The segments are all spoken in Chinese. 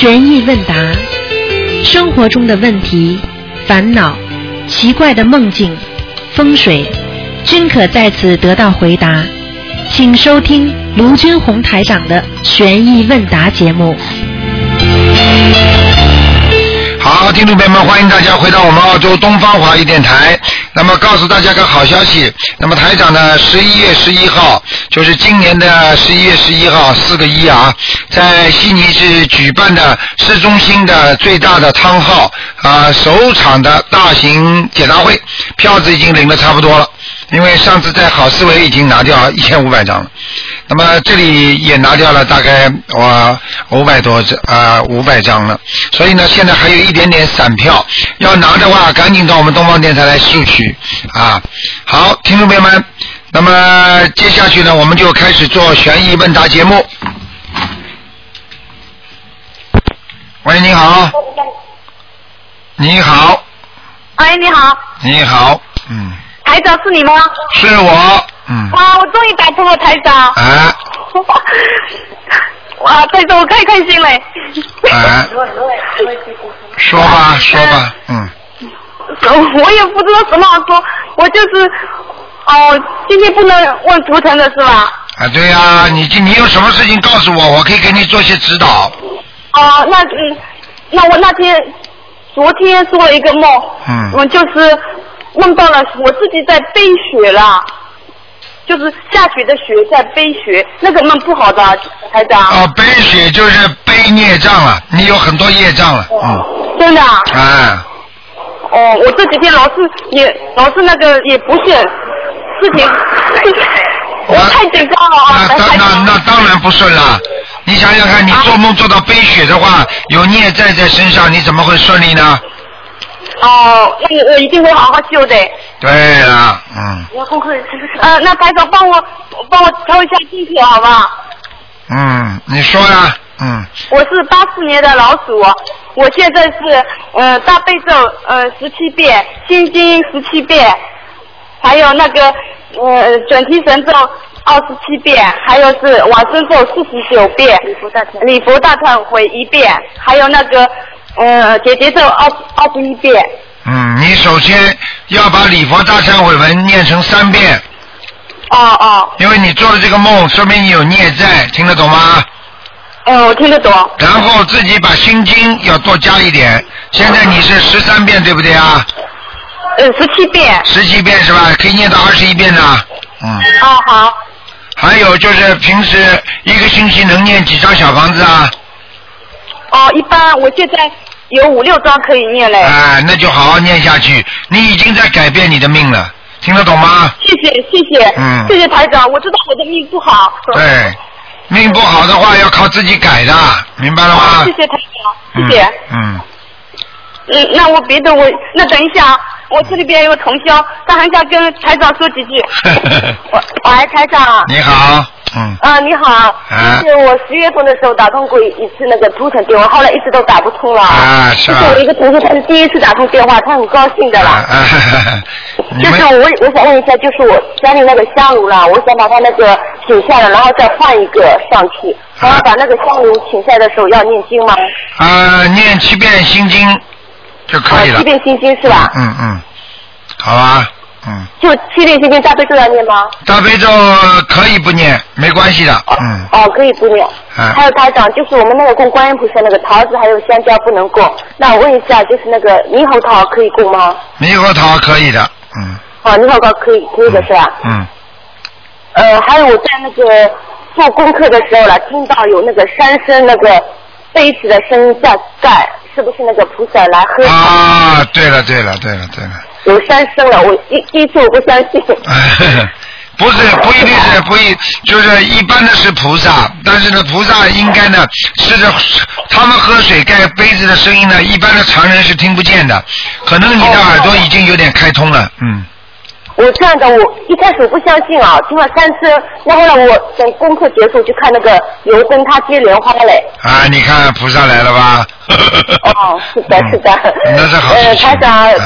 悬疑问答，生活中的问题、烦恼、奇怪的梦境、风水，均可在此得到回答。请收听卢军红台长的悬疑问答节目。 好，听众朋友们，欢迎大家回到我们澳洲东方华语电台。那么告诉大家个好消息，那么台长呢11月11号，就是今年的11月11号，4个1啊，在悉尼是举办的市中心的最大的汤号首场的大型解答会，票子已经领得差不多了。因为上次在好思维已经拿掉1500张了，那么这里也拿掉了大概500张了，所以呢现在还有一点点散票，要拿的话赶紧到我们东方电台来索取啊。好，听众朋友们，那么接下去呢我们就开始做悬疑问答节目。喂，你好。你好。 哎，你好。 你好， 台长是你吗？ 是我， 哇，我终于打通了台长。 啊。 哇，台长我太开心了。 啊。说吧， 我也不知道什么好说，我就是今天不能问图腾的是吧？ 啊，对呀，你有什么事情告诉我，我可以给你做些指导。 那我昨天做了一个梦，我就是梦到了我自己在背雪了，就是下雪的雪在背雪，那个梦不好的，台长。 背雪就是背孽障了，你有很多业障了。 真的啊？ 啊。 我这几天老是那个也不是事情，我太紧张了啊！ 那当然不顺了。你想想看，你做梦做到背雪的话，有孽债在身上，你怎么会顺利呢？ 那我一定会好好修的。对了， 那台长帮我调一下经题好吧？ 你说呀。 我是84年的老鼠，我现在是大悲咒17遍，心经17遍，还有那个准提神咒27遍，还有是往生咒49遍，礼佛大忏悔1遍，还有那个解结咒21遍。 你首先要把礼佛大忏悔文念成3遍。因为你做了这个梦，说明你有孽债，听得懂吗？ 我听得懂。 然后自己把心经要多加一点，现在你是13遍对不对啊 ？17遍。 17遍是吧？可以念到21遍的。 好。 还有就是平时一个星期能念几张小房子啊？ 一般我现在有5、6张可以念嘞。 那就好好念下去，你已经在改变你的命了，听得懂吗？ 谢谢。谢谢台长，我知道我的命不好。 对。命不好的话要靠自己改的，明白了吗？ 谢谢台长，谢谢。那我别的那等一下，我这里边有个同修，他很想跟台长说几句。喂，台长。 你好。 你好。就是我10月份的时候打通过一次那个图腾电话，后来一直都打不通了。 是吧？ 就是我一个同学，他是第一次打通电话，他很高兴的了。就是我想问一下，就是我家里那个香炉啦，我想把它那个请下来，然后再换一个上去。然后把那个香炉请下来的时候要念经吗？ 念7遍心经就可以了。 7遍心经是吧？ 好吧。 就7遍心经，大悲咒要念吗？ 大悲咒可以不念，没关系的。 可以不念。还有台长，就是我们那个供观音菩萨那个桃子还有香蕉不能供，那我问一下，就是那个猕猴桃可以供吗？ 猕猴桃可以的。 猕猴桃可以的是吧？还有我在那个做功课的时候了，听到有那个山声那个杯子的声音在盖，是不是那个菩萨来喝茶？ 对了。 有山声了，我第一次我不相信。 不一定是就是一般的是菩萨，但是呢菩萨应该呢是他们喝水盖杯子的声音呢，一般的常人是听不见的，可能你的耳朵已经有点开通了。 我这样的，我一开始不相信啊，听了3次，那后来我等功课结束就看那个油灯，它接莲花嘞。 你看菩萨来了吧？ 是的。 那是好事情。 台长，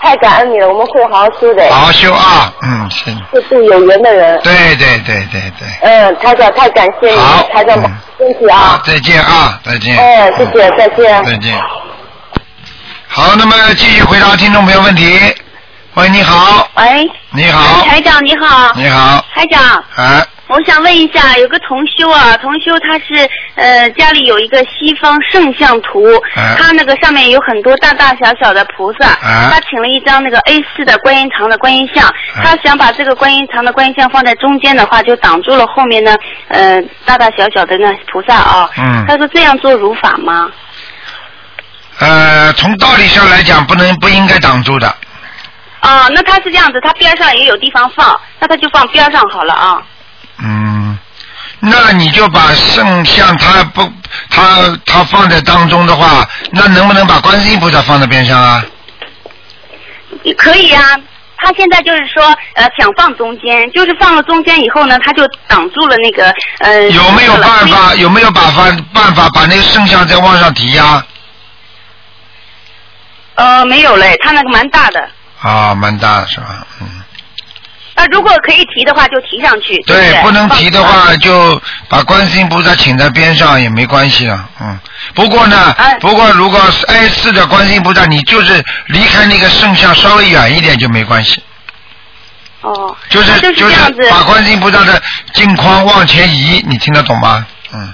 太感恩你了，我们会好好修的。 好好修啊，行。 是度有缘的人。 对。 台长太感谢你， 好， 台长身体啊。 好，再见啊，再见。 谢谢，再见。 再见。好，那么继续回答听众朋友问题。喂，你好。 喂。 你好。 台长你好。 你好。 台长。我想问一下，有个同修他是家里有一个西方圣像图，他那个上面有很多大大小小的菩萨，他请了一张那个 A4 的观音堂的观音像，他想把这个观音堂的观音像放在中间的话，就挡住了后面呢大大小小的那菩萨啊。他说这样做如法吗？ 从道理上来讲，不应该挡住的。 那他是这样子，他边上也有地方放，那他就放边上好了啊。 那你就把圣像他放在当中的话，那能不能把观世音菩萨放在边上啊？ 可以啊，他现在就是说想放中间，就是放了中间以后呢，他就挡住了那个有没有办法把那个圣像再往上提呀？ 没有嘞，他那个蛮大的。 蛮大的是吧？ 如果可以提的话，就提上去。 对，不能提的话，就把观世音菩萨请在边上也没关系了。不过如果是 A4 的观世音菩萨，你就是离开那个圣像稍微远一点就没关系。就是把观世音菩萨的镜框往前移，你听得懂吗？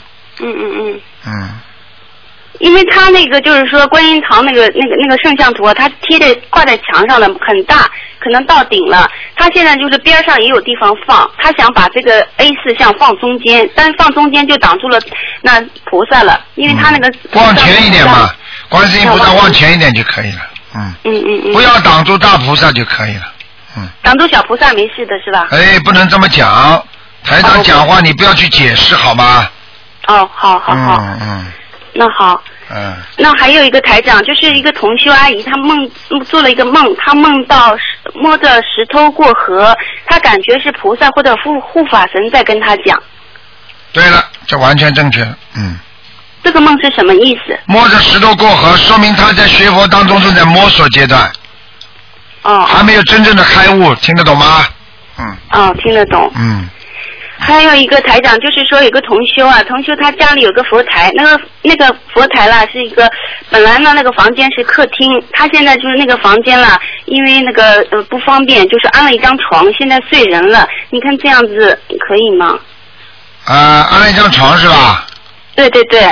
因为他那个就是说观音堂那个圣像图，他挂在墙上的很大，可能到顶了。他现在就是边上也有地方放，他想把这个 A4 像放中间，但放中间就挡住了那菩萨了，因为他那个往前一点嘛，观世音菩萨往前一点就可以了。不要挡住大菩萨就可以了。 挡住小菩萨没事的是吧？ 不能这么讲，台长讲话你不要去解释好吗？ 好。那好。那还有一个台长，就是一个同修阿姨，她做了一个梦，她梦到摸着石头过河，她感觉是菩萨或者护法神在跟她讲。 对了，这完全正确。 这个梦是什么意思？ 摸着石头过河，说明她在学佛当中正在摸索阶段。还没有真正的开悟，听得懂吗？ 听得懂。还有一个台长，就是说有个同修他家里有个佛台，那个佛台啦是一个本来呢那个房间是客厅，他现在就是那个房间啦，因为那个不方便，就是安了一张床，现在睡人了，你看这样子可以吗？ 安了一张床是吧？ 对。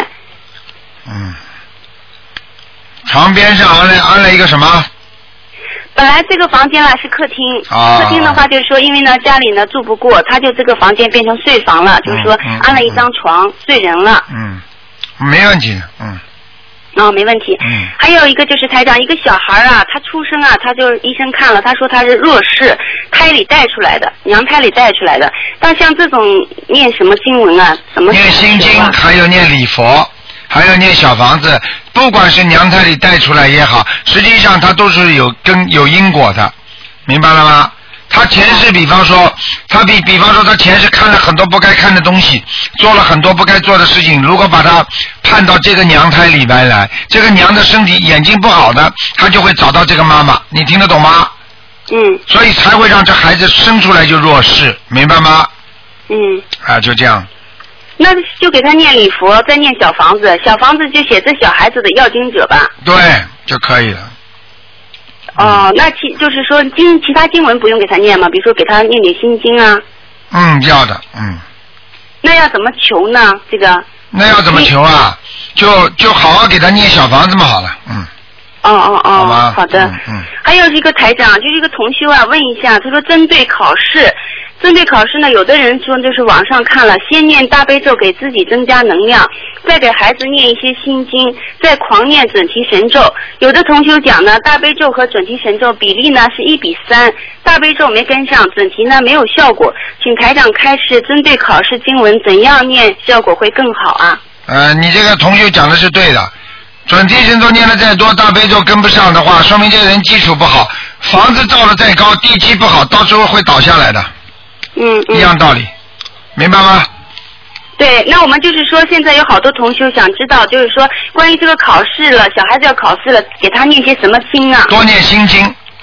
床边上安了一个什么？ 本来这个房间啦是客厅，客厅的话就是说，因为呢家里呢住不过，他就这个房间变成睡房了，就是说安了一张床，睡人了。 没问题。 没问题。还有一个就是台长，一个小孩他出生他就是医生看了，他说他是弱视，胎里带出来的，娘胎里带出来的。但像这种念什么经文怎么念心经，还有念礼佛，还要念小房子，不管是娘胎里带出来也好，实际上它都是有因果的，明白了吗？他前世比方说他前世看了很多不该看的东西，做了很多不该做的事情，如果把他判到这个娘胎里边来，这个娘的身体眼睛不好的，他就会找到这个妈妈，你听得懂吗？所以才会让这孩子生出来就弱势，明白吗？就这样。 那就给他念礼佛，再念小房子，小房子就写这小孩子的要经者吧。 对，就可以了。 那就是说其他经文不用给他念吗？比如说给他念点心经啊。 要的。 那要怎么求呢？这个？ 那要怎么求啊？就好好给他念小房子嘛，好了。 好的。还有一个台长，就是一个同修问一下，他说针对考试呢，有的人说就是网上看了，先念大悲咒给自己增加能量，再给孩子念一些心经，再狂念准提神咒。有的同修讲呢，大悲咒和准提神咒比例呢是1:3，大悲咒没跟上，准提呢没有效果，请台长开示针对考试经文怎样念效果会更好啊？ 你这个同修讲的是对的，准提神咒念的再多，大悲咒跟不上的话，说明这个人基础不好，房子造的再高，地基不好，到时候会倒下来的。一样道理，明白吗？ 对，那我们就是说，现在有好多同修想知道，就是说关于这个考试了，小孩子要考试了，给他念些什么经啊？ 多念心经，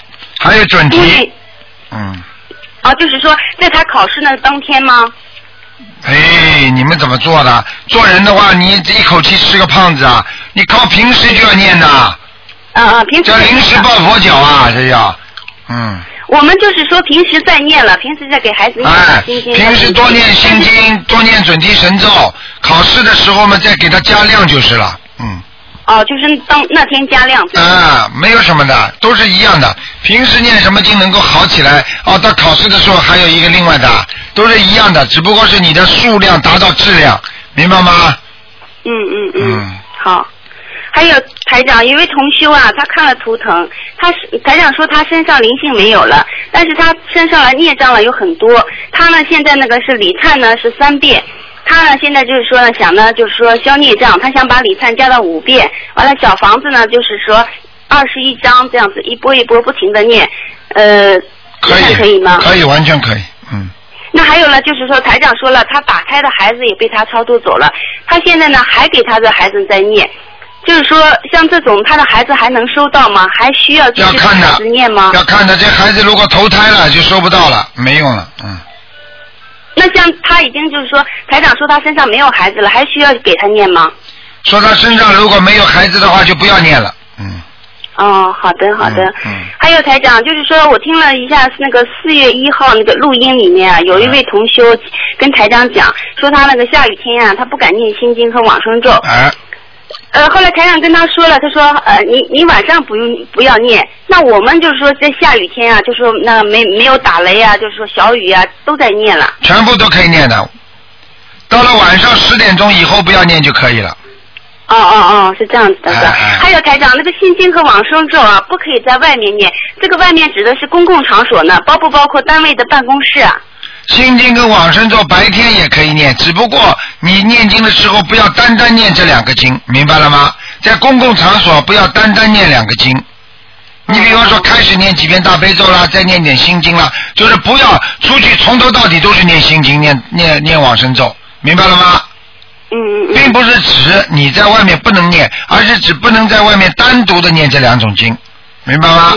还有准提。 就是说在他考试那当天吗？ 哎，你们怎么做的？做人的话，你一口气吃个胖子啊！你靠平时就要念的。 平时。 叫临时抱佛脚啊，这叫。 我们就是说平时在念了，平时在给孩子念心经。 平时多念心经，多念准提神咒，考试的时候嘛，再给他加量就是了。 就是那天加量。 没有什么的，都是一样的。平时念什么经能够好起来？到考试的时候还有一个另外的，都是一样的，只不过是你的数量达到质量，明白吗？ 好。还有台长，一位同修啊，他看了图腾，台长说他身上灵性没有了，但是他身上的孽障了有很多。他呢现在那个是礼忏呢是3遍。他呢现在就是说呢想呢就是说消孽障，他想把礼忏加到5遍，完了小房子呢就是说21张这样子一波一波不停的念，可以吗？ 可以，完全可以。 那还有呢，就是说台长说了，他打胎的孩子也被他超度走了，他现在呢还给他的孩子在念，就是说像这种他的孩子还能收到吗？还需要继续给孩子念吗？ 要看的，这孩子如果投胎了就收不到了，没用了。 那像他已经就是说台长说他身上没有孩子了，还需要给他念吗？ 说他身上如果没有孩子的话就不要念了。 好的。还有台长，就是说我听了一下那个4月1号那个录音里面啊，有一位同修跟台长讲说他那个下雨天啊，他不敢念心经和往生咒。后来台长跟他说了，他说你晚上不要念。那我们就是说在下雨天啊，就说那没有打雷啊，就是说小雨啊都在念了。 全部都可以念的，到了晚上10点钟以后不要念就可以了。 是这样子的。还有台长，那个心经和往生咒啊，不可以在外面念。这个外面指的是公共场所呢，包不包括单位的办公室啊？ 心经跟往生咒白天也可以念，只不过你念经的时候不要单单念这2个经，明白了吗？在公共场所不要单单念2个经。你比方说开始念几遍大悲咒啦，再念点心经啦，就是不要出去从头到底都是念心经念往生咒，明白了吗？并不是指你在外面不能念，而是指不能在外面单独的念这2种经，明白吗？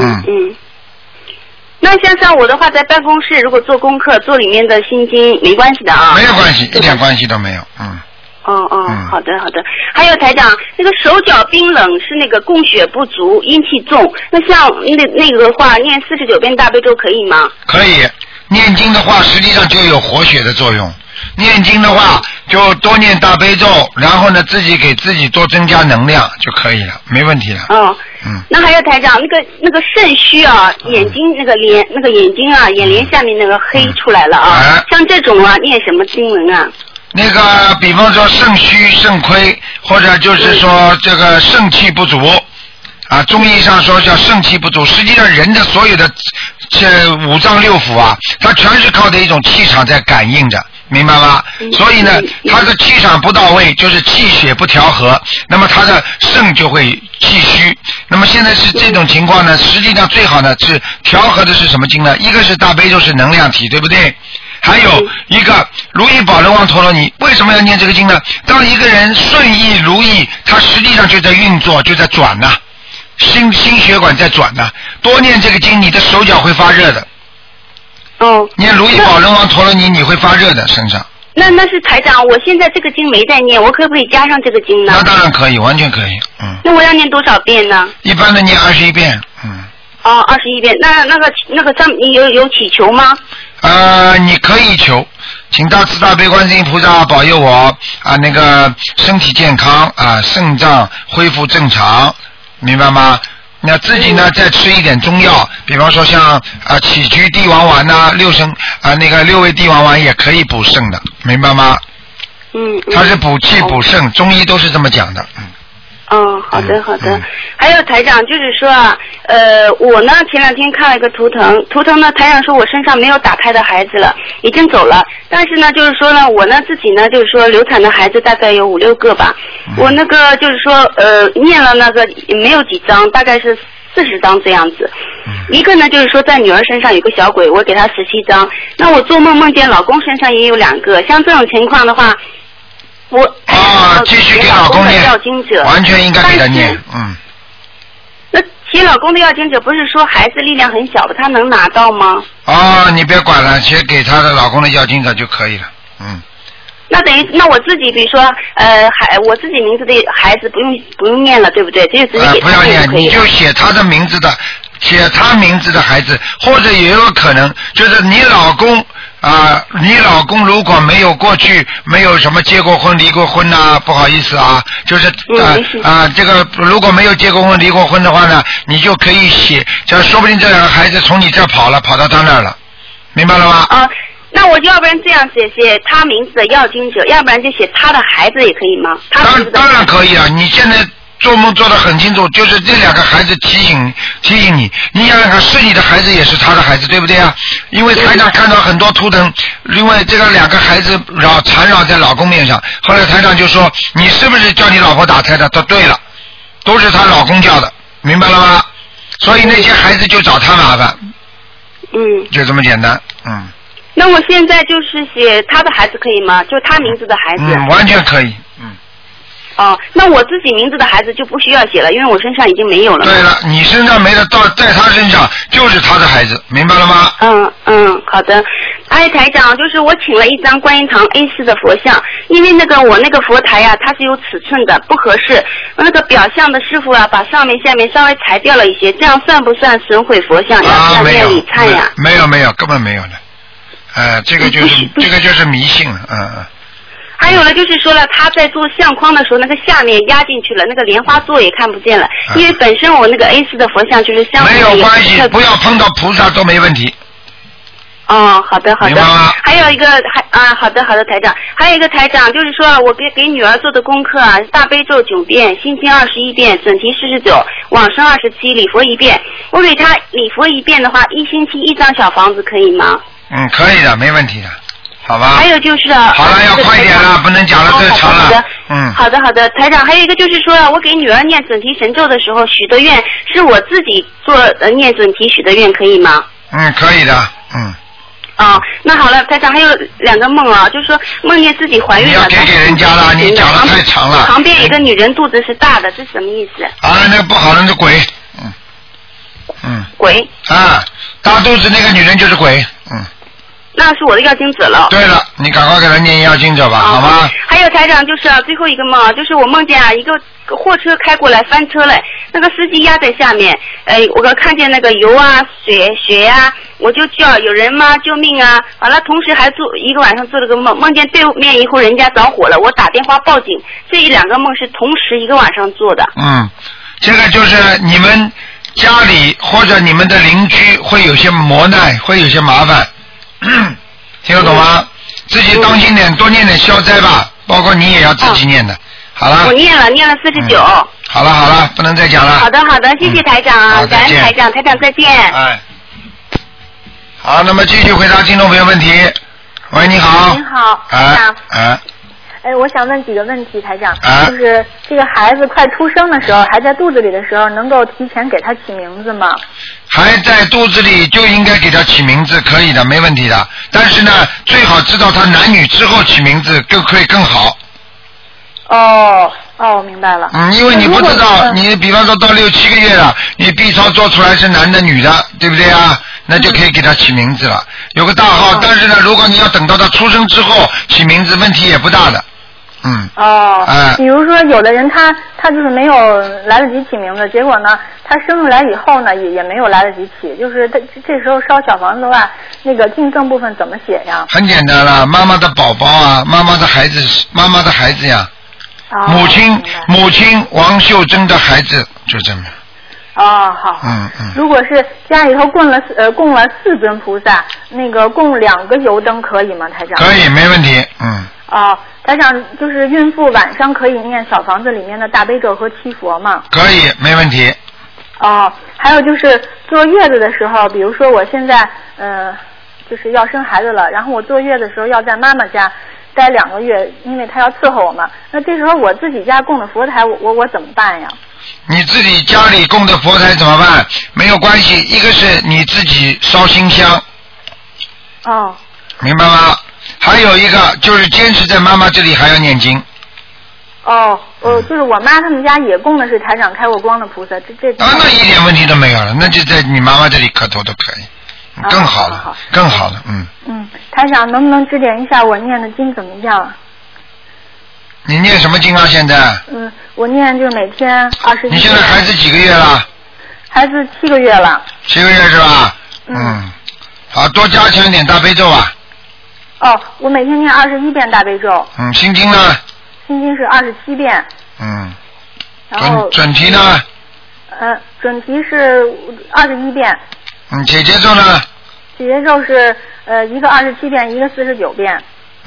那像我的话，在办公室如果做功课做里面的心经没关系的啊？ 没有关系，一点关系都没有。 好的。还有台长，那个手脚冰冷是那个供血不足，阴气重。那像那个话，念49遍大悲咒可以吗？ 可以，念经的话实际上就有活血的作用。念经的话就多念大悲咒，然后呢自己给自己多增加能量就可以了，没问题了。 那还有台长，那个肾虚啊，眼睛那个眼睛啊，眼帘下面那个黑出来了啊，像这种啊，念什么经文啊？ 那个比方说肾虚肾亏，或者就是说这个肾气不足啊，中医上说叫肾气不足，实际上人的所有的这5脏6腑啊，它全是靠的一种气场在感应着，明白吗？所以呢，它的气场不到位，就是气血不调和，那么它的肾就会气虚。那么现在是这种情况呢，实际上最好呢是调和的是什么经呢？一个是大悲咒是能量体，对不对？还有一个如意宝轮王陀罗尼，为什么要念这个经呢？当一个人顺意如意，他实际上就在运作，就在转呢，心血管在转呢。多念这个经，你的手脚会发热的。念如意宝轮王陀罗尼，你会发热的身上。 那是台长，我现在这个经没在念，我可不可以加上这个经呢？ 那当然可以，完全可以。 那我要念多少遍呢？ 一般的念21遍。 21遍。那个上面有祈求吗？ 你可以求，请大慈大悲观世音菩萨保佑我那个身体健康肾脏恢复正常，明白吗？那自己呢再吃一点中药，比方说像杞菊地黄丸呐那个6味地黄丸也可以补肾的，明白吗？它是补气补肾，中医都是这么讲的。 好的。还有台长，就是说我呢前2天看了一个图腾呢，台长说我身上没有打胎的孩子了，已经走了。但是呢，就是说呢，我呢自己呢，就是说流产的孩子大概有5、6个吧。我那个就是说念了那个没有几张，大概是40张这样子。一个呢就是说在女儿身上有个小鬼，我给她17张。那我做梦梦见老公身上也有2个，像这种情况的话。继续给老公念， 要经者， 完全应该给他念。 那写老公的要经者不是说孩子力量很小的，他能拿到吗？ 你别管了，写给他的老公的要经者就可以了。 那等于那我自己，比如说我自己名字的孩子不用念了，对不对？这就直接给他不要念， 就可以了。 你就写他的名字的，写他名字的孩子，或者也有可能就是你老公。你老公如果没有过去没有什么结过婚离过婚不好意思就是这个如果没有结过婚离过婚的话呢，你就可以写，这说不定这两个孩子从你这跑到他那儿了，明白了吗？ 那我就要不然这样写他名字的要经者，要不然就写他的孩子也可以吗？ 当然可以了，你现在做梦做得很清楚，就是这两个孩子提醒你，你想想看，是你的孩子也是他的孩子，对不对啊？因为台长看到很多图腾，因为这个两个孩子缠绕在老公面上，后来台长就说你是不是叫你老婆打胎的？他对了，都是她老公叫的，明白了吗？所以那些孩子就找他麻烦，就这么简单。 那我现在就是写他的孩子可以吗？就他名字的孩子。 完全可以。 那我自己名字的孩子就不需要写了，因为我身上已经没有了。 对了，你身上没了，在他身上就是他的孩子，明白了吗？ 好的。台长，就是我请了一张观音堂 A4 的佛像，因为我那个佛台它是有尺寸的，不合适。那个表象的师傅把上面下面稍微裁掉了一些，这样算不算损毁佛像？要不要念礼忏呀？ 没有，根本没有的。这个就是迷信了。 还有呢，就是说了，他在做相框的时候，那个下面压进去了，那个莲花座也看不见了。因为本身我那个 A4 的佛像就是相。 没有关系，不要碰到菩萨都没问题。 好的。还有一个好的台长，还有一个台长就是说我给女儿做的功课大悲咒9遍，心经21遍，准提49，往生27，礼佛1遍。我给她礼佛1遍的话，1星期1张小房子可以吗？ 可以的，没问题的。好吧。 还有就是好了，要快点了，不能讲了，太长了。 好的，台长，还有一个就是说，我给女儿念准提神咒的时候许的愿，是我自己做念准提许的愿，可以吗？ 可以的。 那好了，台长，还有2个梦就是说梦见自己怀孕了。 你要给人家了，你讲的太长了。 旁边一个女人肚子是大的，这是什么意思？ 那个不好的那鬼。 鬼。 大肚子那个女人就是鬼。 那是我的要经者了。 对了，你赶快给他念要经者吧，好吗？ 还有台长，就是最后一个梦就是我梦见一个货车开过来翻车了，那个司机压在下面，我看见那个油血我就叫有人吗？救命啊！完了，同时还一个晚上做了个梦，梦见对面一户人家着火了，我打电话报警。这2个梦是同时一个晚上做的。 这个就是你们家里或者你们的邻居会有些磨难，会有些麻烦。听得懂吗？自己当心点，多念点消灾吧，包括你也要自己念的。好了。 我念了49。 好了，不能再讲了。 好的，谢谢台长，感恩台长再见。 好，那么继续回答听众朋友问题。喂，你好。 您好，台长。我想问几个问题，台长。就是这个孩子快出生的时候，还在肚子里的时候，能够提前给他起名字吗？ 还在肚子里就应该给他起名字，可以的，没问题的。但是呢，最好知道他男女之后起名字会更好。 我明白了。 因为你不知道，你比方说到6、7个月了，你 B 超做出来是男的女的，对不对啊？那就可以给他起名字了，有个大号。但是呢，如果你要等到他出生之后起名字，问题也不大的。 比如说有的人他就是没有来得及起名字，结果呢他生出来以后呢也没有来得及起，就是这时候烧小房子的话，那个净赠部分怎么写呀？很简单了，妈妈的宝宝妈妈的孩子呀。母亲王秀珍的孩子就这么。好。如果是家里头供了4尊菩萨，那个供2个油灯可以吗，台长？可以，没问题。台长，就是孕妇晚上可以念小房子里面的大悲咒和七佛吗？可以，没问题。还有就是坐月子的时候，比如说我现在就是要生孩子了，然后我坐月子的时候要在妈妈家待2个月，因为她要伺候我嘛。那这时候我自己家供的佛台，我怎么办呀？你自己家里供的佛台怎么办？没有关系，一个是你自己烧新香。明白吗？还有一个就是坚持在妈妈这里还要念经。 就是我妈他们家也供的是台长开过光的菩萨，这那一点问题都没有了，那就在你妈妈这里磕头都可以，更好了，更好了， 台长能不能指点一下我念的经怎么样？ 你念什么经啊？现在？ 我念就是每天21。 你现在孩子几个月了？ 孩子7个月了。 7个月是吧？好，多加强一点大悲咒啊。 我每天念21遍大悲咒。 心经呢？ 心经是27遍。然后准提呢？ 准提是21遍。 解结咒呢？ 解结咒是一个27遍，一个49遍。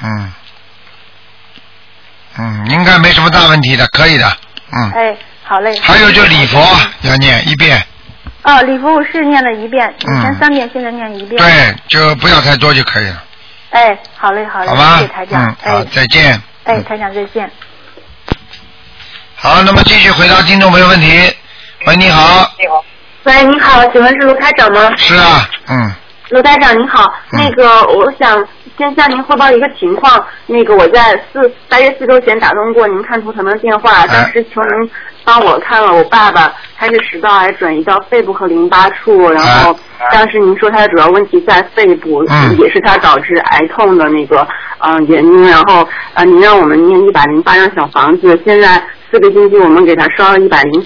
应该没什么大问题的，可以的。 好嘞。 还有就礼佛要念1遍。 礼佛我是念了1遍，以前3遍，现在念1遍。 对，就不要太多就可以了。 好嘞，好吧， 谢谢台长。 好，再见。 台长再见。 好，那么继续回答听众朋友问题。喂，你好。 喂，你好，请问是卢台长吗？ 是啊， 卢台长您好，我想先向您汇报一个情况，我在大约4周前打通过您看图腾的电话，当时求您帮我看了我爸爸，他是食道癌转移到肺部和淋巴处，然后当时您说他的主要问题在肺部，也是他导致癌痛的原因，然后您让我们念108张小房子，现在4个星期我们给他烧了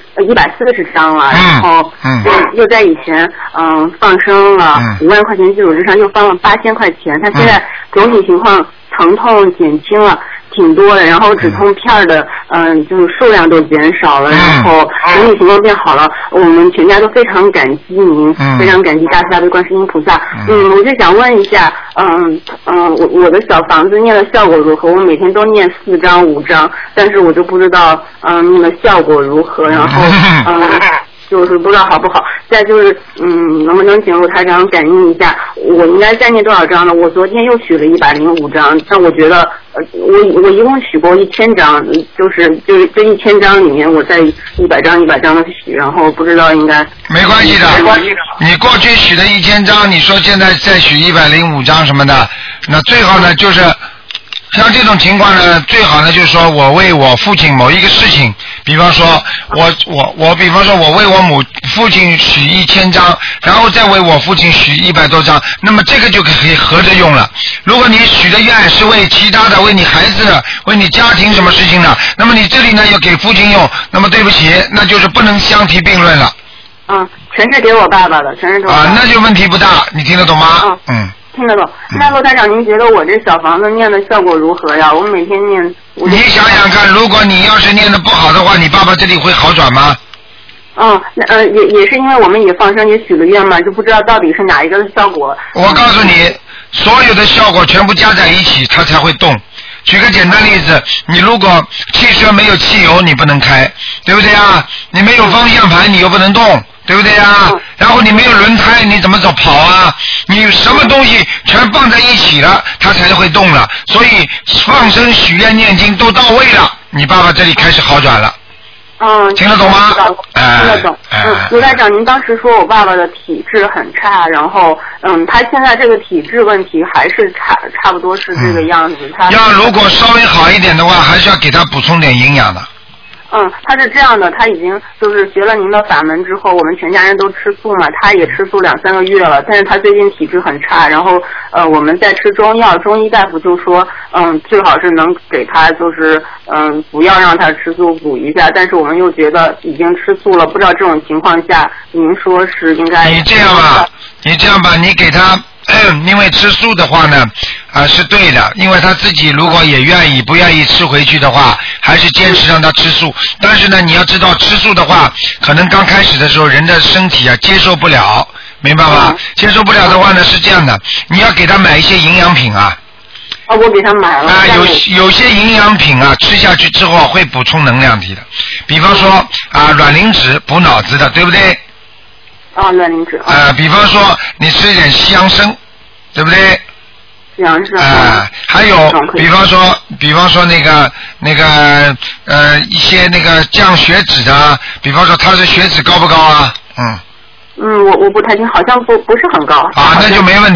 140张了，然后又在以前放生了5万块钱基础之上又放了8000块钱，他现在总体情况疼痛减轻了挺多的，然后止痛片的就是数量都减少了，然后整体情况变好了，我们全家都非常感激您，非常感激大慈大悲观世音菩萨。我就想问一下，我的小房子念的效果如何？我每天都念4张5张，但是我就不知道念的效果如何，然后就是不知道好不好。再就是能不能请卢台长感应一下，我应该再念多少张呢？我昨天又许了105张，但我觉得我一共许过1000张，就是这1000张里面我在100张的许，然后不知道应该没关系的。你过去许的1000张，你说现在再许105张什么的，那最好呢就是像这种情况呢，最好呢就是说我为我父亲某一个事情，比方说我比方说我为我父亲许1000张，然后再为我父亲许100多张，那么这个就可以合着用了。如果你许的愿是为其他的，为你孩子的，为你家庭什么事情的，那么你这里呢要给父亲用，那么对不起，那就是不能相提并论了。 全是给我爸爸的，全是给我爸爸。 那就问题不大，你听得懂吗？ 听得懂。那陆台长，您觉得我这小房子念的效果如何呀？我每天念。 你想想看，如果你要是念的不好的话，你爸爸这里会好转吗？ 也是因为我们也放生也许了愿嘛，就不知道到底是哪一个的效果。 我告诉你，所有的效果全部加在一起，它才会动。举个简单例子，你如果汽车没有汽油，你不能开，对不对啊？你没有方向盘，你又不能动，对不对啊？然后你没有轮胎，你怎么跑啊？你什么东西全放在一起了，它才会动了。所以放生、许愿、念经都到位了，你爸爸这里开始好转了。听得懂吗？ 听得懂。卢台长，您当时说我爸爸的体质很差，然后他现在这个体质问题还是差不多是这个样子。 要如果稍微好一点的话，还是要给他补充点营养的。 他是这样的，他已经就是学了您的法门之后，我们全家人都吃素嘛，他也吃素2-3个月了，但是他最近体质很差，然后我们在吃中药，中医大夫就说最好是能给他就是不要让他吃素补一下，但是我们又觉得已经吃素了，不知道这种情况下您说是应该。 你这样吧，你给他因为吃素的话呢是对的，因为他自己如果也不愿意吃回去的话，还是坚持让他吃素。但是呢，你要知道吃素的话，可能刚开始的时候人的身体接受不了，明白吗？接受不了的话呢是这样的，你要给他买一些营养品我给他买了。 有些营养品吃下去之后会补充能量体的，比方说卵磷脂补脑子的，对不对？ 卵磷脂。 比方说你吃一点西洋参，对不对？ 西洋参。 还有比方说那个一些那个降血脂的，比方说他的血脂高不高啊？ 我不太清，好像不是很高。 那就没问题。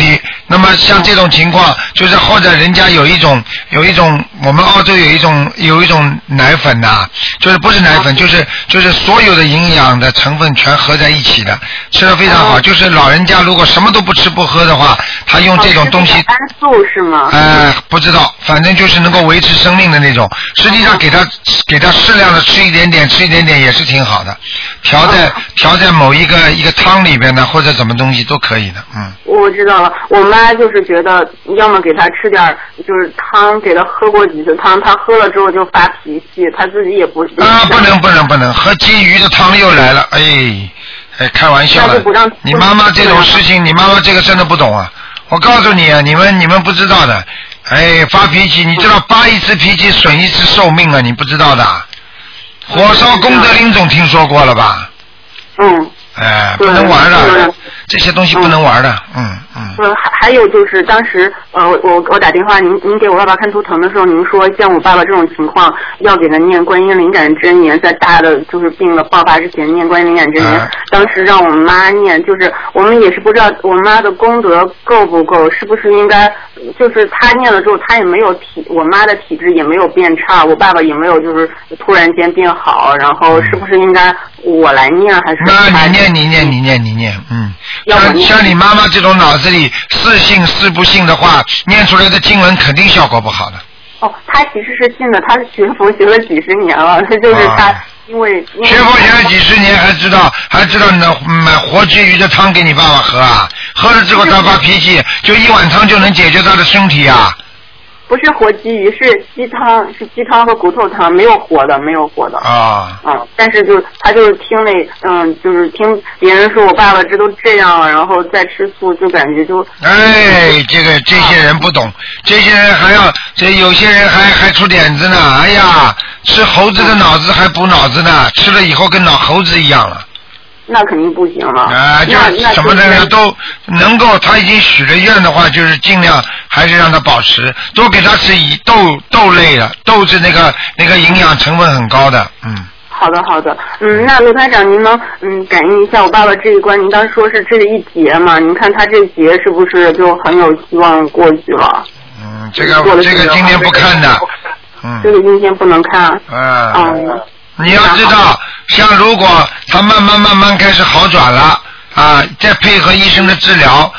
那么像这种情况，就是或者人家有一种，我们澳洲有一种奶粉呐，就是不是奶粉，就是所有的营养的成分全合在一起的，吃得非常好。就是老人家如果什么都不吃不喝的话，他用这种东西。 单素是吗？ 不知道，反正就是能够维持生命的那种。实际上给他适量的吃一点点也是挺好的，调在某一个汤里边呢，或者什么东西都可以的。 我知道了，我妈就是觉得要么给他吃点就是汤，给他喝过几次汤，他喝了之后就发脾气，他自己也不是。 不能，喝鲫鱼的汤又来了，开玩笑了。你妈妈这种事情，你妈妈这个真的不懂啊！我告诉你啊，你们不知道的，发脾气，你知道发一次脾气损一次寿命啊，你不知道的。火烧功德林总听说过了吧？不能玩的，这些东西不能玩的。 还有就是当时我打电话，您给我爸爸看图腾的时候，您说像我爸爸这种情况，要给他念观音灵感真言，在大的就是病的爆发之前念观音灵感真言。当时让我妈念，就是我们也是不知道我妈的功德够不够，是不是应该就是她念了之后，她也没有我妈的体质也没有变差，我爸爸也没有就是突然间变好，然后是不是应该我来念还是？ 那你念，像你妈妈这种脑子里是信是不信的话，念出来的经文肯定效果不好的。 他其实是信的，他是学佛学了几十年了，他就是他因为学佛学了几十年，还知道买活鲫鱼的汤给你爸爸喝啊？喝了之后他发脾气，就一碗汤就能解决他的身体啊？ 不是活鲫鱼，是鸡汤和骨头汤，没有活的。但是他就是听就是听别人说我爸爸这都这样了，然后再吃素就感觉就。 这些人不懂，这些人有些人还出点子呢。吃猴子的脑子还补脑子呢，吃了以后跟老猴子一样了。 那肯定不行了。 就什么的都能够，他已经许了愿的话，就是尽量还是让他保持，多给他吃豆类的，豆是那个营养成分很高的。 好的。那卢台长，您能感应一下我爸爸这一关？您当时说是这是一劫嘛？您看他这劫是不是就很有希望过去了？ 这个今天不看的。 这个今天不能看。 你要知道，像如果他慢慢开始好转了再配合医生的治疗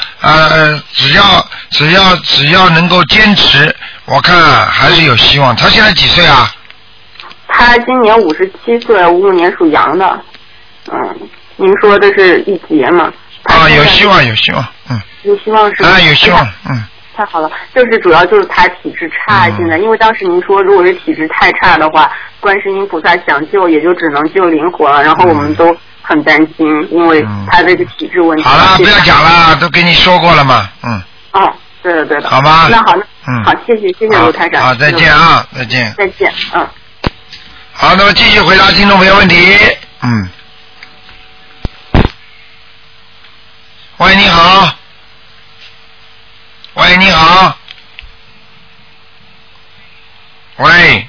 只要能够坚持，我看还是有希望。他现在几岁啊？ 他今年57岁，55年属羊的。您说的是一劫嘛？ 有希望。 有希望是吧？有希望。 太好了，就是主要就是他体质差现在，因为当时您说如果是体质太差的话，观世音菩萨想救也就只能救灵魂了，然后我们都很担心，因为他这个体质问题。 好了，不要讲了，都跟你说过了嘛。 对的。 好吧。 那好，好，谢谢卢台长。 好，再见啊，再见。 再见。 好，那么继续回答听众朋友问题。喂，你好。喂，你好。喂。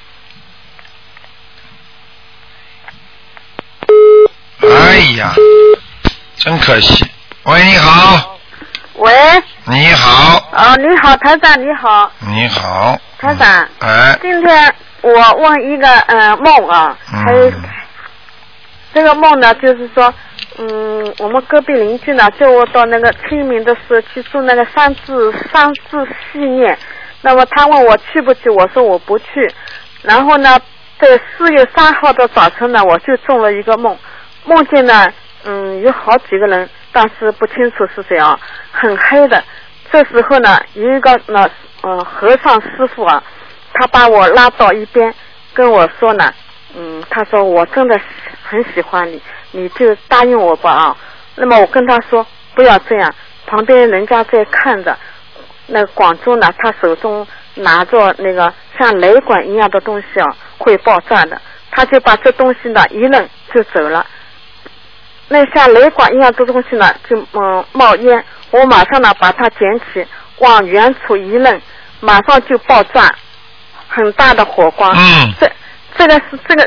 哎呀，真可惜。喂，你好。 喂。 你好。 你好，台长，你好。 你好。 台长。今天我问一个梦啊，还有这个梦呢，就是说。我们隔壁邻居呢叫我到那个清明的时候去做那个三字系念，那么他问我去不去，我说我不去。然后呢，在4月3号的早晨呢，我就做了一个梦，梦见呢，有好几个人，但是不清楚是谁啊，很黑的。这时候呢，有一个和尚师傅啊，他把我拉到一边，跟我说呢，他说我真的很喜欢你。你就答应我吧啊！那么我跟他说不要这样，旁边人家在看着。那个广州呢，他手中拿着那个像雷管一样的东西啊，会爆炸的。他就把这东西呢一扔就走了。那像雷管一样的东西呢就冒烟，我马上呢把它捡起，往远处一扔，马上就爆炸，很大的火光。这个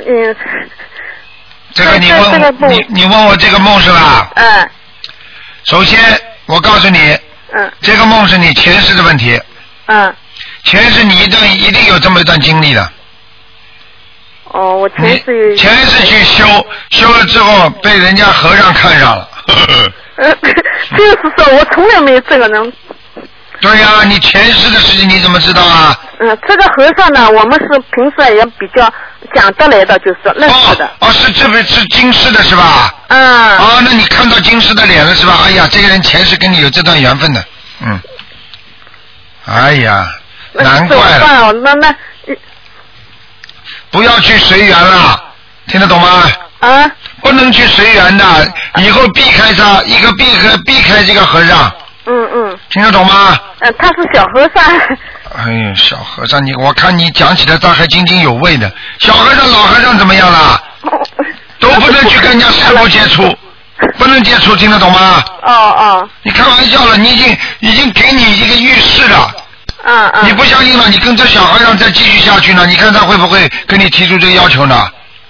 这个你问我这个梦是吧？首先我告诉你， 这个梦是你前世的问题。前世你一定有这么一段经历的。 我前世去修了之后被人家和尚看上了。 就是说我从来没有这个人。 对呀，你前世的事情你怎么知道啊？ 这个和尚呢，我们是平时也比较讲得来的，就是认识的。 这不是今世的是吧？那你看到今世的脸了是吧？哎呀，这个人前世跟你有这段缘分的。哎呀，难怪了。 那不要去随缘了，听得懂吗？不能去随缘的，以后避开他，避开这个和尚。听得懂吗？ 他是小和尚。 哎呀，小和尚，我看你讲起来他还津津有味的。小和尚、老和尚怎么样了？都不能去跟人家师父接触，不能接触，听得懂吗？你开玩笑了，你已经给你一个预示了。你不相信了，你跟这小和尚再继续下去呢？你看他会不会跟你提出这个要求呢？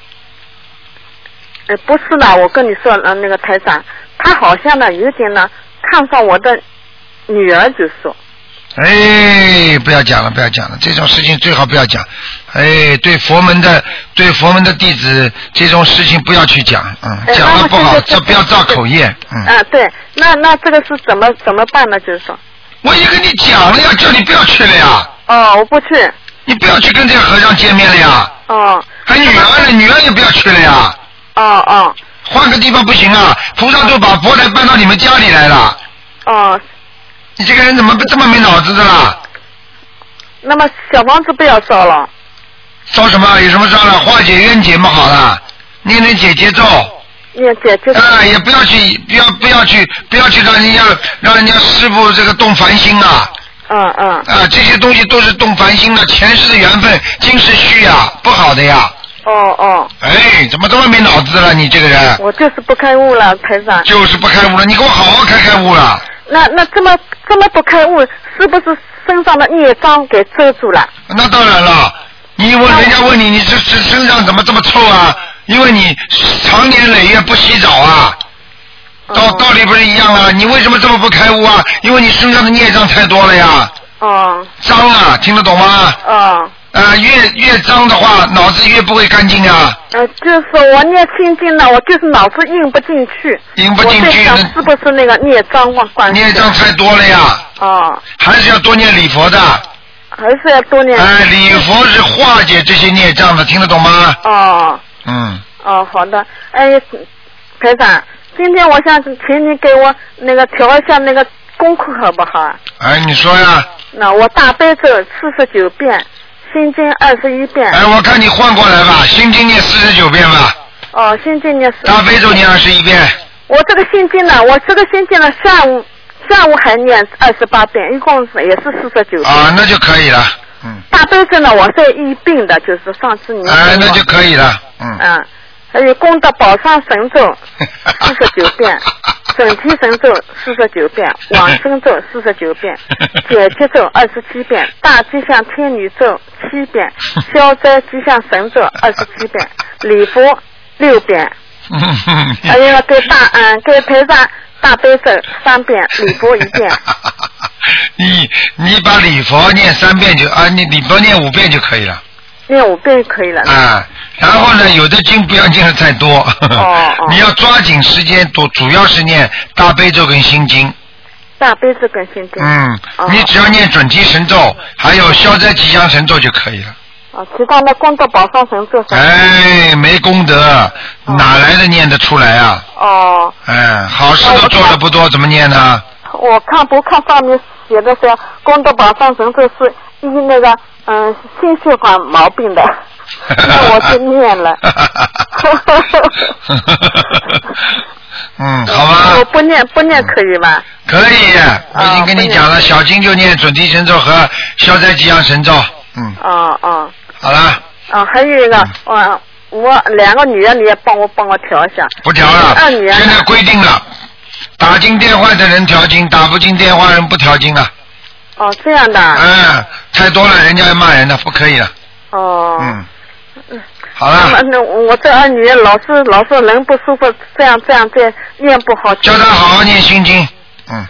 不是的，我跟你说，那个台长，他好像呢有点呢看上我的女儿，就说。 不要讲了，这种事情最好不要讲。对佛门的弟子，这种事情不要去讲，讲了不好，这不要造口业。 对，那这个是怎么办呢？就是说。 我也跟你讲了呀，叫你不要去了呀。 我不去。 你不要去跟这个和尚见面了呀。还女儿呢，女儿也不要去了呀。换个地方不行啊，菩萨都把佛台搬到你们家里来了。你这个人怎么这么没脑子的啦？ 那么小房子不要烧了。 烧什么？有什么烧了？化解冤结嘛，好了，念解结咒。 念解结咒。 也不要去让人家师父这个动凡心啊。这些东西都是动凡心的，前世的缘分，今世续呀，不好的呀。怎么这么没脑子了？你这个人。 我就是不开悟了，台长。 就是不开悟了，你给我好好开悟了。 那这么不开悟，是不是身上的孽障给遮住了？ 那当然了，人家问你，你这身上怎么这么臭啊？因为你长年累月不洗澡啊。道理不是一样啊？你为什么这么不开悟啊？因为你身上的孽障太多了呀。脏啊，听得懂吗？越脏的话，脑子越不会干净啊。 就是我念心经呢，我就是脑子印不进去。我在想是不是那个孽障关系？ 孽障太多了呀。还是要多念礼佛的。 还是要多念。 礼佛是化解这些孽障的，听得懂吗？ 好的。台长，今天我想请你给我那个调一下那个功课好不好？ 你说呀。 那我大悲咒49遍。心经21遍。 我看你换过来吧，心经念49遍吧。 心经念大悲咒念21遍。 我这个心经呢，下午还念28遍，一共也是49遍。 那就可以了。 大悲咒呢，我是一并的，就是上次你。 那就可以了。 还有功德宝山神咒49遍，准提神咒49遍，往生咒49遍，解结咒27遍，大吉祥天女咒7遍，消灾吉祥神咒27遍，礼佛6遍。还有给台长大悲咒3遍，礼佛1遍。 你把礼佛念3遍你礼佛念5遍就可以了。 念5遍就可以了。 然后呢，有的经不要念的太多。你要抓紧时间，主要是念大悲咒跟心经。 大悲咒跟心经。 你只要念准提神咒，还有消灾吉祥神咒就可以了。 其他的功德宝山神咒。 没功德，哪来的念得出来啊？好事都做的不多，怎么念呢？ 我不看上面写的是功德宝山神咒是那个心血管毛病的，那我就念了。 好吧。 我不念可以吧？ 可以，我已经跟你讲了，小经就念准提神咒和消灾吉祥神咒。好了。 还有一个，我2个女儿，你也帮我调一下。 不调了，现在规定了，打进电话的人调经，打不进电话人不调经了。 这样的。 太多了，人家要骂人的，不可以了。好了。 那我这2女老是人不舒服，这样念不好。 叫他好好念心经。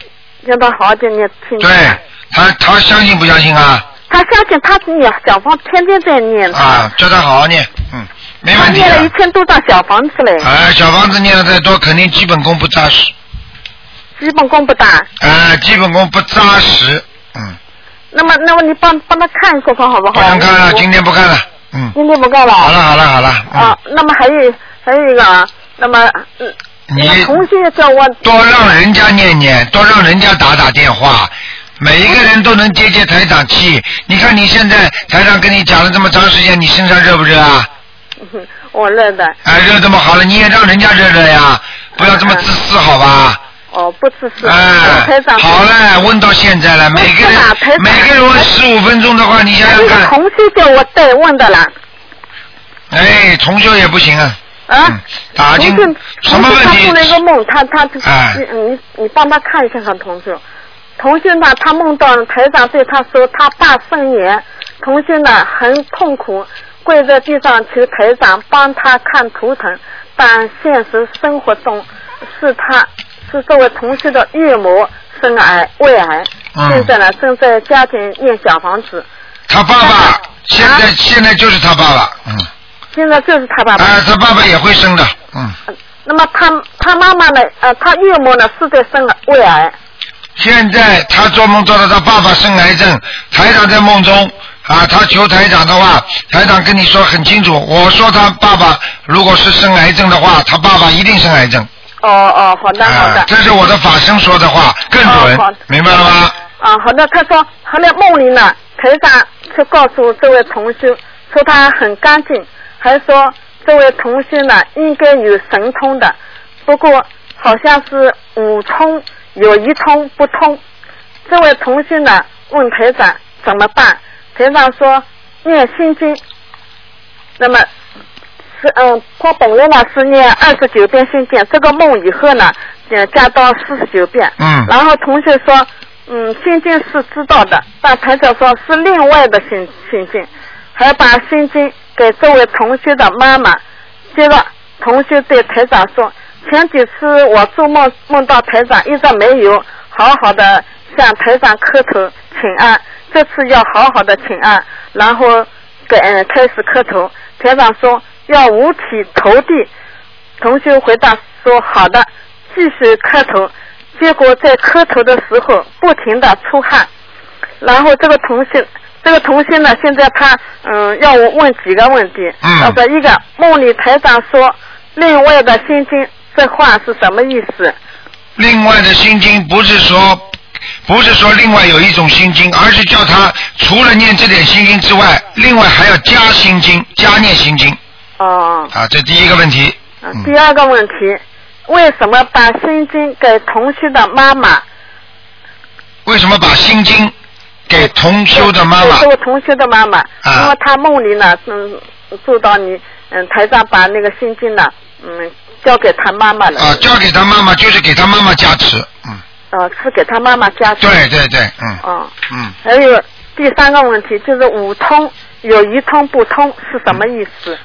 让他好好的念经。 对，他相信不相信啊？ 他相信，他念小房天天在念。 啊，叫他好好念，没问题。 他念了1000多张小房子嘞。 小房子念的再多，肯定基本功不扎实。 基本功不大。 基本功不扎实， 那么你帮他看一个好不好？ 不能看了，今天不看了。 今天不看了。 好了。 那么还有一个啊，那么你同学叫我多让人家念，多让人家打电话，每一个人都能接台长气。你看你现在台长跟你讲了这么长时间，你身上热不热啊？ 我热的。 热这么好了，你也让人家热呀，不要这么自私好吧？ 不自私。 好了，问到现在了，每个人问15分钟的话，你想想看。 同学叫我再问的了。 同学也不行啊。打进什么问题？ 他做了一个梦，你帮他看一下同学。同学呢，他梦到台长对他说他爸肾炎，同学呢很痛苦，跪在地上求台长帮他看图腾，但现实生活中是这位同学的岳母生胃癌，现在呢正在家庭念小房子。 他爸爸现在就是他爸爸， 现在就是他爸爸。 他爸爸也会生的， 那么他妈妈呢？他岳母呢是在生胃癌。 现在他做梦做到他爸爸生癌症，台长在梦中他求台长的话，台长跟你说很清楚，我说他爸爸如果是生癌症的话，他爸爸一定生癌症。 好的。 这是我的法身说的话，更准，明白了吗？ 好的。他说，后来梦里呢，台长就告诉这位同学，说他很干净，还说这位同学呢应该有神通的，不过好像是5通有1通不通。这位同学呢问台长怎么办，台长说念心经，那么他本来呢是念29遍心经，这个梦以后呢加到49遍。然后同学说心经是知道的，但台长说是另外的心经，还把心经给这位同学的妈妈。接着同学对台长说，前几次我做梦到台长一直没有好好的向台长磕头请安，这次要好好的请安，然后开始磕头。台长说要五体投地，同学回答说好的，继续磕头。结果在磕头的时候不停的出汗，然后这个同学呢，现在他要我问几个问题。一个梦里台长说另外的心经，这话是什么意思？ 另外的心经不是说另外有一种心经，而是叫他除了念这点心经之外，另外还要加心经，加念心经。这第一个问题。 第二个问题，为什么把心经给同修的妈妈？ 为什么把心经给同修的妈妈？ 给我同修的妈妈，因为他梦里呢，做到你，台上把那个心经呢，交给他妈妈了。 交给他妈妈就是给他妈妈加持， 是给他妈妈加持。 对， 还有第三个问题就是5通有1通不通是什么意思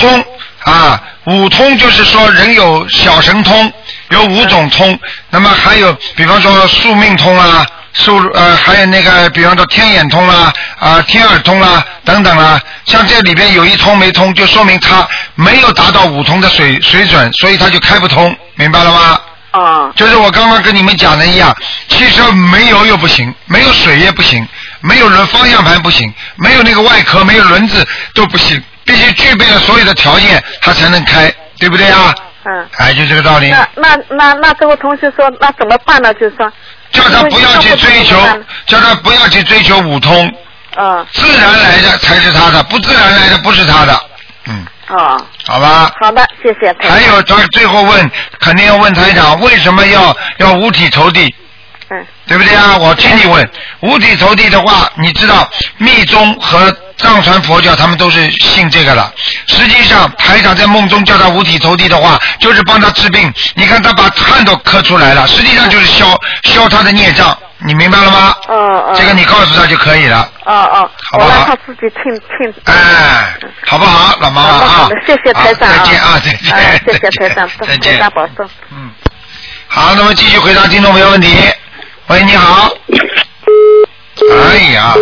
？5通就是说人有小神通，有5种通，那么还有比方说宿命通啊，还有那个比方说天眼通啦，天耳通啦等等啦，像这里边有1通没通，就说明他没有达到5通的水准，所以他就开不通，明白了吗？就是我刚刚跟你们讲的一样，汽车没油又不行，没有水也不行，没有方向盘不行，没有那个外壳，没有轮子都不行，必须具备了所有的条件它才能开，对不对啊？就这个道理。 那这位同学说那怎么办呢？就是说叫他不要去追求5通，自然来的才是他的，不自然来的不是他的。好吧。 好的，谢谢台长。 还有他最后肯定要问台长，为什么要五体投地？对不对啊？我替你问，五体投地的话，你知道密宗和藏传佛教他们都是信这个了。实际上台长在梦中叫他五体投地的话，就是帮他治病。你看他把汗都咳出来了，实际上就是消他的孽障，你明白了吗？这个你告诉他就可以了。好不好？ 我让他自己听。 好不好，老妈妈啊？ 好的，谢谢台长。 再见啊，再见。 谢谢台长， 再见。 台长保重。 好，那么继续回答听众朋友问题。 喂，你好。哎呀，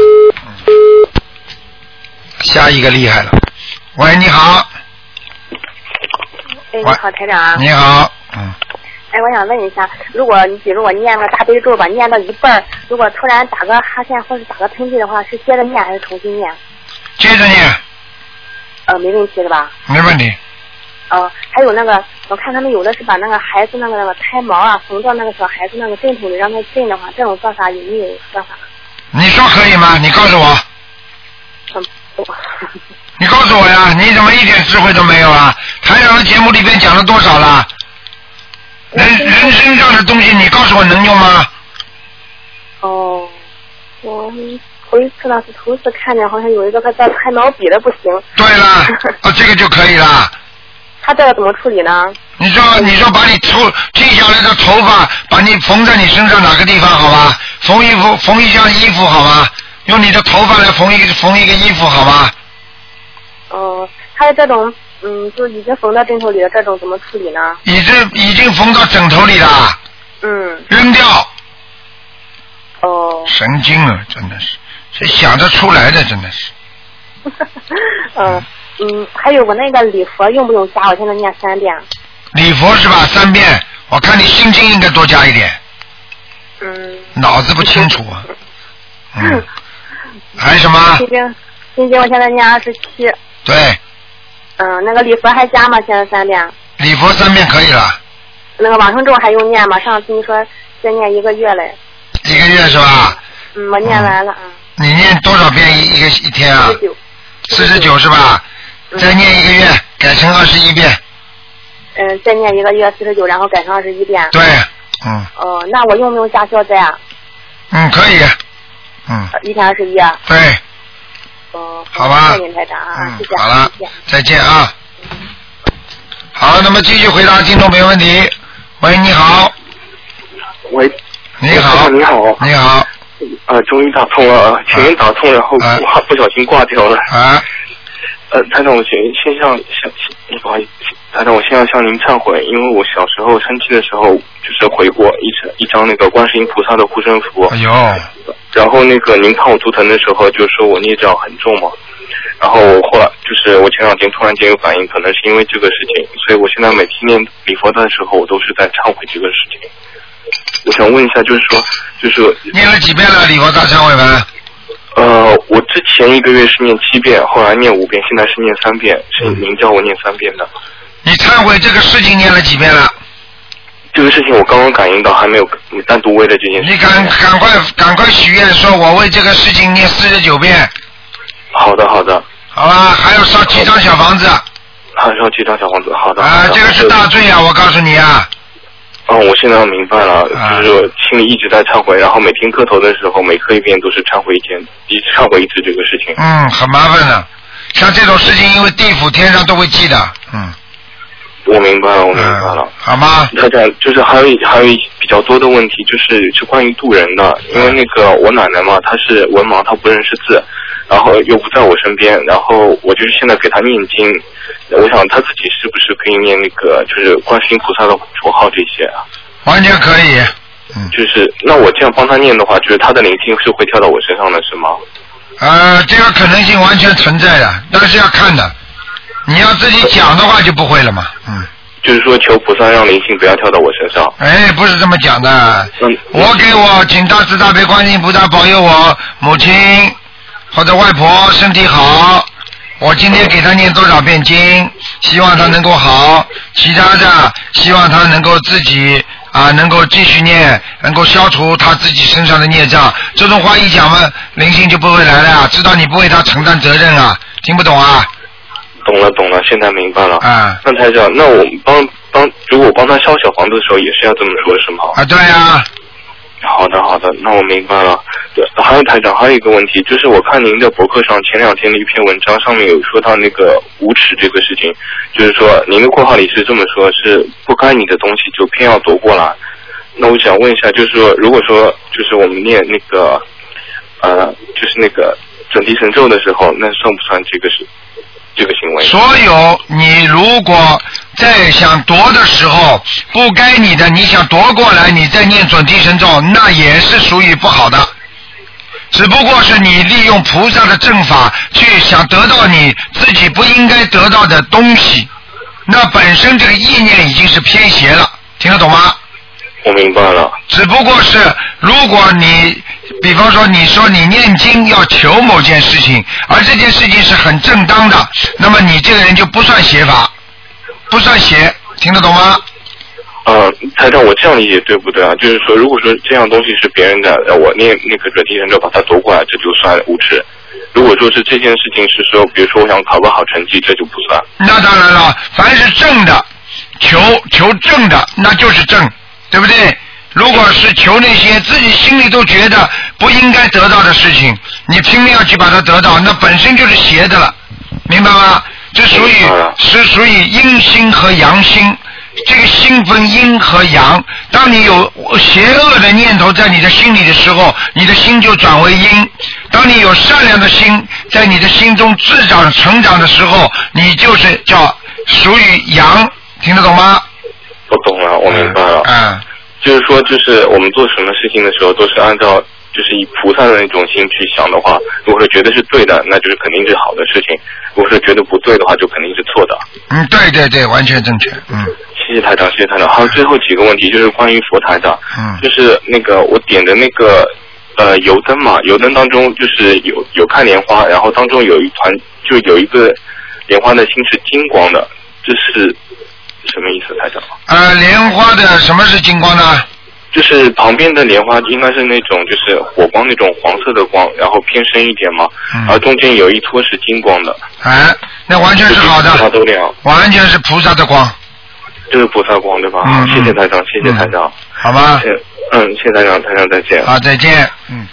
下一个厉害了。喂，你好。 哎，你好，台长。 你好。 哎，我想问一下，如果你比如我念个大悲咒吧，念到一半，如果突然打个哈欠或者打个喷嚏的话，是接着念还是重新念？ 接着念。 没问题的吧？ 没问题。 还有那个，我看他们有的是把那个孩子那个胎毛啊缝到那个小孩子那个枕头里让他震的话，这种办法有没有办法？ 你说可以吗？你告诉我。你告诉我呀！你怎么一点智慧都没有啊？台长的节目里边讲了多少了？人身上的东西，你告诉我能用吗？ 我头一次是头次看见，好像有一个他叫胎毛笔的不行。 对了，这个就可以了。 他这个怎么处理呢？ 你说把你剃下来的头发，把你缝在你身上哪个地方好吧？缝一件衣服好吧？用你的头发来缝一个衣服好吧？ 还有这种就已经缝到枕头里的这种怎么处理呢？ 已经缝到枕头里了。扔掉。神经啊，真的是，谁想得出来的，真的是。 还有我那个礼佛用不用加？我现在念3遍。 礼佛是吧？3遍，我看你心经应该多加一点。脑子不清楚啊。还有什么？ 心经我现在念27。 对。 那个礼佛还加吗？现在3遍。 礼佛3遍可以了。 那个往生咒还用念吗？上次你说再念1个月嘞。 1个月是吧？ 我念完了。 你念多少遍一天啊？49是吧？再念1个月，改成21遍。 再念1个月49，然后改成21遍。 对。 那我用不用加消灾啊？ 可以。 1天21啊。 对。好吧。 谢谢您台长啊，谢谢。 好了，再见啊。好，那么继续回答听众朋友问题。喂，你好。 喂。 你好。 你好。 你好。 终于打通了，前面打通，然后不小心挂掉了。台长，我先不好意思，台长，我现在向您忏悔，因为我小时候生气的时候，就是回过一张那个观世音菩萨的护身符。 哎呦。 然后那个您看我图腾的时候，就说我孽障很重嘛。然后我后来就是我前2天突然间有反应，可能是因为这个事情，所以我现在每天念礼佛的时候，我都是在忏悔这个事情。我想问一下，就是念了几遍了礼佛大忏悔文？ 我之前1个月是念7遍，后来念5遍，现在是念3遍，是您叫我念3遍的。 你忏悔这个事情念了几遍了？ 这个事情我刚刚感应到，还没有单独为了这件事。 你赶快许愿，说我为这个事情念49遍。 好的。好吧，还要烧7张小房子。 还烧7张小房子，好的。 这个是大罪啊！我告诉你啊。 我现在明白了，就是心里一直在忏悔，然后每天磕头的时候，每磕1遍都是忏悔忏悔1次这个事情。 很麻烦的，像这种事情，因为地府天上都会记的。 我明白了。 好吗？ 他讲就是还有比较多的问题，是关于渡人的，因为那个我奶奶嘛，她是文盲，她不认识字，然后又不在我身边，然后我就是现在给她念经，我想她自己是不是可以念那个就是观世音菩萨的佛号这些啊？ 完全可以。 就是那我这样帮她念的话，就是她的灵性是会跳到我身上的是吗？ 这个可能性完全存在的，但是要看的。你要自己讲的话就不会了嘛。 就是说求菩萨让灵性不要跳到我身上。 不是这么讲的。我请大慈大悲观世音菩萨保佑我母亲或者外婆身体好。我今天给她念多少遍经，希望她能够好。其他的希望她能够自己能够继续念，能够消除她自己身上的孽障。这种话一讲嘛，灵性就不会来了，知道你不为她承担责任啊，听不懂啊？ 懂了，现在明白了。那台长，那我如果帮他烧小房子的时候，也是要这么说，是吗？ 对啊。 好的，那我明白了。对，还有台长，还有一个问题，就是我看您的博客上前2天的一篇文章，上面有说到那个无耻这个事情，就是说您的括号里是这么说，是不该你的东西就偏要夺过来。那我想问一下，就是说，如果说就是我们念那个就是那个准提神咒的时候，那算不算这个是？ 这个行为。 所有你如果在想夺的时候，不该你的，你想夺过来，你再念准提神咒，那也是属于不好的。只不过是你利用菩萨的正法去想得到你自己不应该得到的东西，那本身这个意念已经是偏邪了，听得懂吗？ 我明白了。 只不过是如果你比方说你说你念经要求某件事情，而这件事情是很正当的，那么你这个人就不算邪法，不算邪，听得懂吗？ 台长，我这样理解对不对啊？就是说，如果说这样东西是别人的，我念那个准提神咒把它夺过来，这就算无耻。如果说是这件事情是说，比如说我想考个好成绩，这就不算。 那当然了，凡是正的，求正的，那就是正，对不对？如果是求那些自己心里都觉得不应该得到的事情，你拼命要去把它得到，那本身就是邪的了，明白吗？这属于阴心和阳心。这个心分阴和阳，当你有邪恶的念头在你的心里的时候，你的心就转为阴；当你有善良的心在你的心中自长成长的时候，你就是叫属于阳，听得懂吗？ 我懂了，我明白了。就是说，就是我们做什么事情的时候，都是按照就是以菩萨的那种心去想的话，如果是觉得是对的，那就是肯定是好的事情；如果是觉得不对的话，就肯定是错的。 对对对，完全正确。 谢谢台长，谢谢台长。还有最后几个问题，就是关于佛台的，就是那个我点的那个油灯嘛，油灯当中就是有看莲花，然后当中有一团，就有一个莲花的心是金光的，这是什么意思，台长？ 莲花的什么是金光呢？ 就是旁边的莲花应该是那种就是火光那种黄色的光，然后偏深一点嘛，然后中间有一坨是金光的。 那完全是好的， 它都亮， 完全是菩萨的光。 就是菩萨光对吧？谢谢台长，谢谢台长。 好吧。 谢谢台长，台长再见。 好，再见。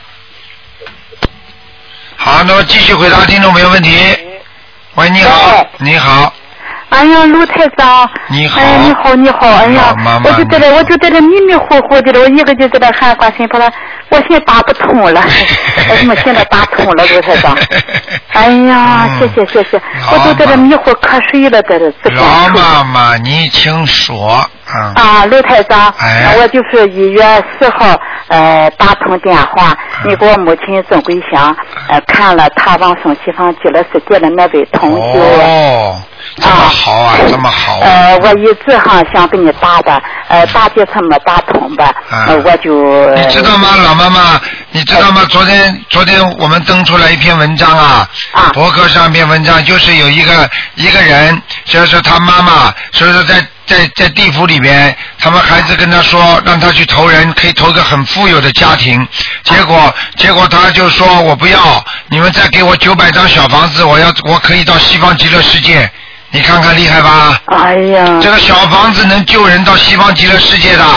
好，那么继续回答听众朋友问题。喂，你好，你好。 哎呀，卢台长， 你好， 哎，你好，你好，哎呀，我就在这迷迷糊糊的，我一个劲在这喊观世音菩萨，我现在打不通了，我怎么现在打通了，卢台长？哎呀，谢谢，我就在这迷糊瞌睡了，在这自老妈妈，你请说。 卢台长，我就是1月4号打通电话，你给我母亲曾桂香看了他往生西方极乐世界的那位同修。 这么好啊，这么好。 我一直想给你打的，打几次没打通吧，我就。 你知道吗，老妈妈？你知道吗？昨天我们登出来一篇文章博客上一篇文章，就是有一个人，就是他妈妈，所以说在地府里边，他们孩子跟他说，让他去投人，可以投个很富有的家庭。结果他就说，我不要，你们再给我900张小房子，我可以到西方极乐世界。你看看厉害吧？ 哎呀， 这个小房子能救人到西方极乐世界的。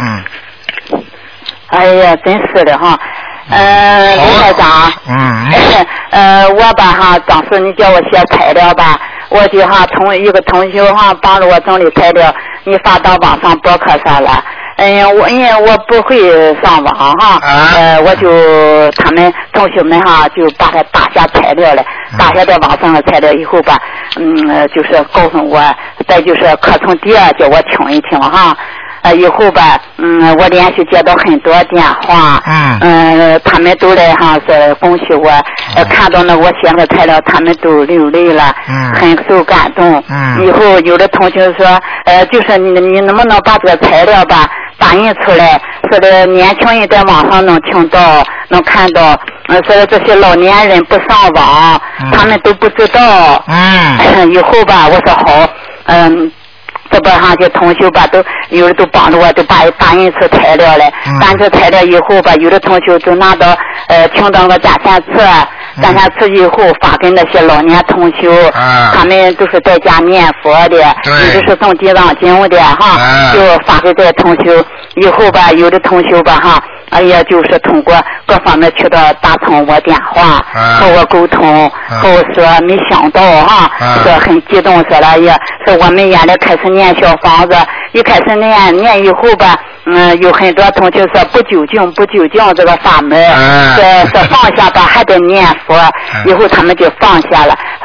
哎呀，真是的哈。卢台长。我吧当时你叫我写材料吧，我就一个同学帮着我整理材料，你发到网上博客上了。因为我不会上网我就他们同学们就把它打下材料了，打下在网上的材料以后吧，就是告诉我，再就是课程第2叫我听一听以后吧，我连续接到很多电话，他们都来是恭喜我，看到我写的材料，他们都流泪了，很受感动。以后有的同学说，就是你能不能把这个材料吧打印出来，说的年轻人在网上能听到，能看到，说的这些老年人不上网，他们都不知道。以后吧，我说好，这边就同学吧，有的都帮着我，都把打印出材料来。打印出材料以后吧，有的同学就拿到听到个家乡册，家乡册以后发给那些老年同学，他们都是在家念佛的，有的是诵地藏经的就发给这些同学。以后吧，有的同学吧就是通过各方面渠道打通我电话，和我沟通，和我说没想到说很激动，说了说我们原来开始念小房子，一开始念以后吧，有很多同学说不究竟这个法门，说放下吧，还得念佛，以后他们就放下了，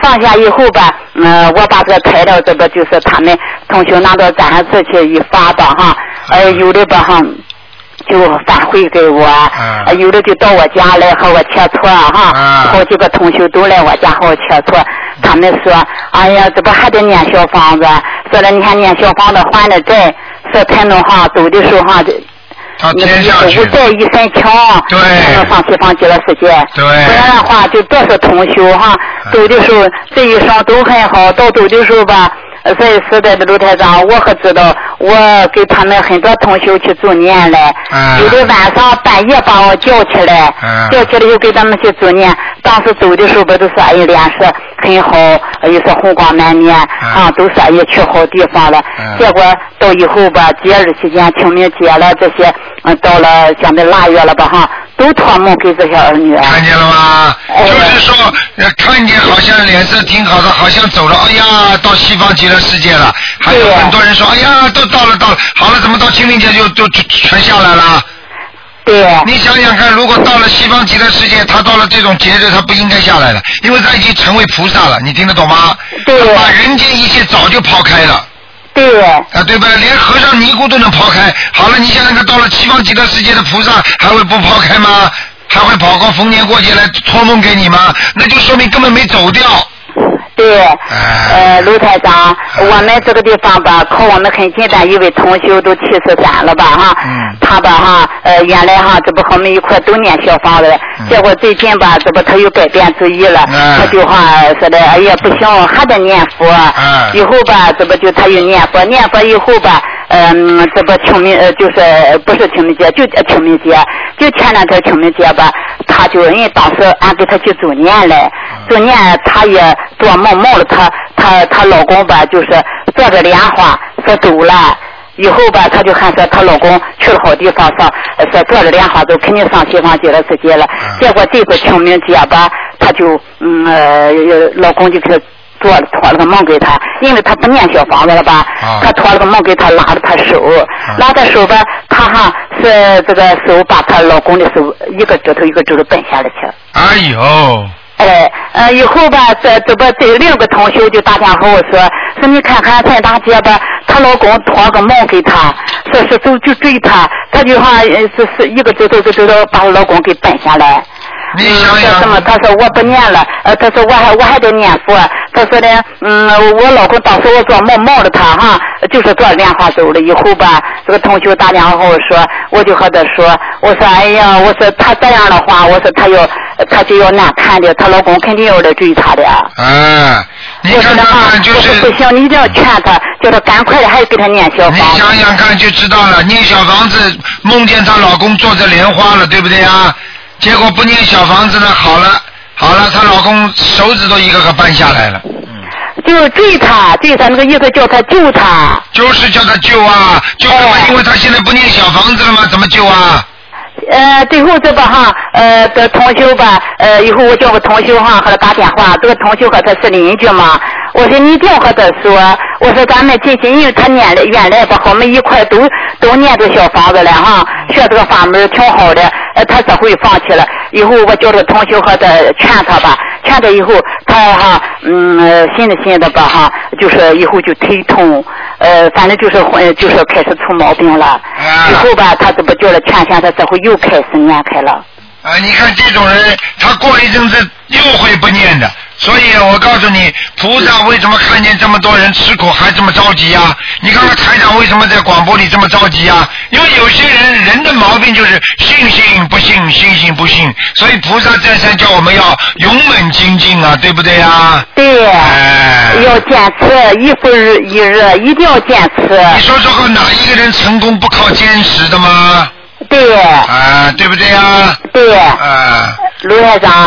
放下以后吧，我把这个材料这个就是他们同学拿到展示室去一发吧哈，有的吧哈。就返回给我，有的就到我家来和我切磋哈，好几个同学都来我家和我切磋。他们说，哎呀，这不还得念小房子？说了，你看念小房子还的债，说才能哈走的时候哈。那个无债一身轻，对，才能上西方极乐世界。对，不然的话，就多少同学哈，走的时候这一生都很好，到走的时候吧。所以实在的卢台长，我可知道，我给他们很多同学去助念来，有的晚上半夜把我叫起来，叫起来又给他们去助念。当时走的时候，不都说哎脸色很好，又是红光满面啊，都说也去好地方了。结果到以后吧，节日期间，清明节了这些，到了像这腊月了吧哈。都托梦给这些儿女， 看见了吗？就是说，看见好像脸色挺好的，好像走了，哎呀，到西方极乐世界了。还有很多人说，哎呀，都到了，好了，怎么到清明节就全下来了？ 对。 你想想看，如果到了西方极乐世界，他到了这种节日，他不应该下来了，因为他已经成为菩萨了，你听得懂吗？ 对。 把人间一切早就抛开了。 对啊， 对吧？连和尚尼姑都能抛开。好了，你想想看，到了西方极乐世界的菩萨还会不抛开吗？还会跑过逢年过节来托梦给你吗？那就说明根本没走掉。 对，卢台长，我们这个地方吧，靠我们很近的一位同修都73了吧哈，他吧哈，原来哈这不和我们一块都念小房子，结果最近吧这不他又改变主意了，他就哈说的哎呀不行，还得念佛，以后吧这不就他又念佛以后吧。这不清明就是不是清明节，就清明节，就前两天清明节吧，他就因为当时俺给他去助念来，助念他也做梦了，她老公吧就是坐着莲花说走了，以后吧他就喊说她老公去了好地方上，说坐着莲花走肯定上西方极乐世界了，结果这次清明节吧，他就老公就去。托了个梦给他，因为他不念小房子了吧，他托了个梦给他，拉着他手吧，他哈是这个手把他老公的手一个指头掰下来去。 哎呦！ 以后吧，这另一个同学就打电话和我说你看看蔡大姐吧，她老公托个梦给她，说是走就追她，她就哈是一个指头把她老公给掰下来。 你想想， 什么？他说我不念了，他说我还得念佛。他说的，我老公当时我做梦了他哈，就是坐莲花走了以后吧，这个同学打电话和我说，我就和他说，我说哎呀，我说他这样的话，我说他就要难看的，她老公肯定要来追她的。 你看看就是不行，你一定要劝他，叫他赶快的，还给他念小房子。 你想想看就知道了，念小房子梦见她老公坐着莲花了，对不对啊？结果不念小房子呢，好了，她老公手指都一个个掰下来了。 就追他那个意思叫他救他。 就是叫他救啊，救什么？因为他现在不念小房子了吗？怎么救啊？ 最后这个哈，的同修吧，以后我叫个同修哈和他打电话，这个同修和他是邻居嘛，我说你一定要和他说，我说咱们进去，因为他念的原来吧和我们一块都念这小房子了哈，学这个法门挺好的，他这回放弃了，以后我叫这个同修和他劝他吧，劝他以后他哈信的吧哈，就是以后就腿痛，反正就是开始出毛病了，以后吧他这不叫了劝他这回又开始念开了。 你看这种人，他过一阵子又会不念的，所以我告诉你，菩萨为什么看见这么多人吃苦还这么着急啊？你看看台长为什么在广播里这么着急啊？因为有些人的毛病就是信不信，信不信，所以菩萨再三叫我们要勇猛精进啊，对不对啊？ 对，要坚持，一复一日，一定要坚持。 你说这个哪一个人成功不靠坚持的吗？ 对， 对不对呀？ 对，卢台长，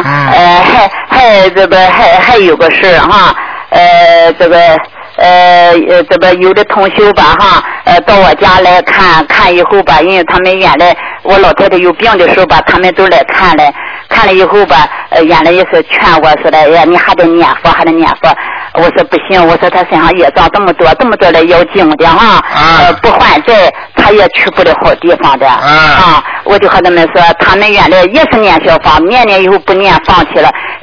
还有个事哈，这个有的同修吧哈，到我家来看以后吧，因为他们原来我老太太有病的时候吧，他们都来看了以后吧，原来也是劝我说的，哎呀，你还得念佛，我说不行，我说他身上业障这么多来要经的哈，不还债他也去不了好地方的我就和他们说，他们原来也是念小房，念以后不念放弃了，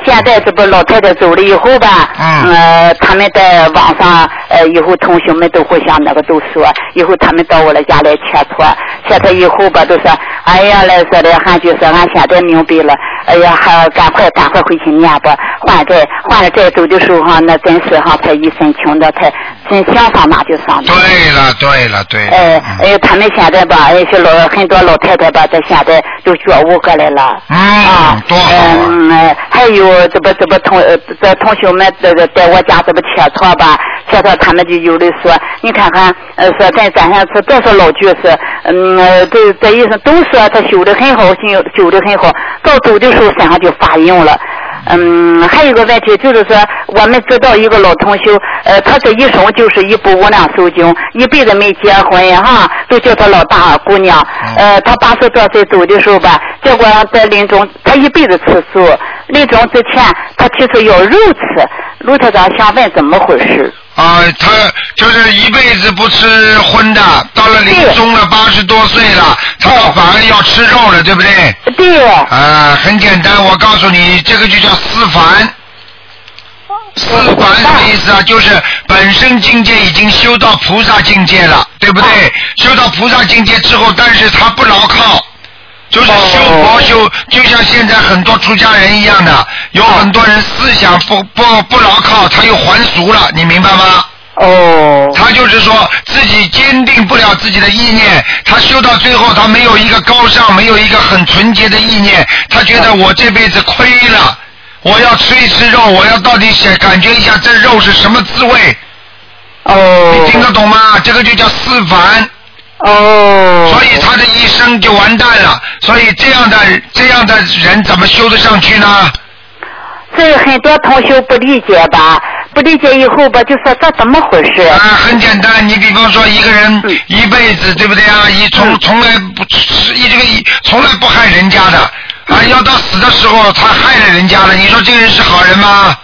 现在这不老太太走了以后吧，他们在网上以后同学们都互相那个都说，以后他们到我的家来切磋以后吧，都说哎呀来说的，还就说俺现在明白了，哎呀还赶快回去念吧，换了再走的时候哈，那真是哈才一身轻的，才真想上哪就上。 对了。 他们现在吧，很多老太太吧，在现在都觉悟过来了。 多好。 还有这同学们在我家这不切磋吧，他们就有的说，你看看，说咱上次多少老居士，这医生都说他修得很好，修得很好，到走的时候身上就发硬了。还有一个问题就是说，我们知道一个老同修，他这一生就是一部无量寿经，一辈子没结婚哈，都叫他老大姑娘。他80多岁走的时候吧，结果在临终，他一辈子吃素，临终之前他提出要肉吃。卢台长想问怎么回事？ 他就是一辈子不吃荤的，到了临终了80多岁了，他反而要吃肉了，对不对？ 对。 很简单，我告诉你，这个就叫思凡。思凡什么意思啊？就是本身境界已经修到菩萨境界了，对不对？修到菩萨境界之后，但是他不牢靠。就是修佛修，就像现在很多出家人一样的，有很多人思想不牢靠，他又还俗了，你明白吗？他就是说自己坚定不了自己的意念，他修到最后，他没有一个高尚，没有一个很纯洁的意念，他觉得我这辈子亏了，我要吃一吃肉，我要到底感觉一下这肉是什么滋味。你听得懂吗？这个就叫思凡。所以他的一生就完蛋了。所以这样的人怎么修得上去呢？ 所以很多同学不理解吧，不理解以后吧，就说这怎么回事？ 很简单，你比方说一个人一辈子，对不对啊？从来不害人家的要到死的时候他害了人家了，你说这个人是好人吗？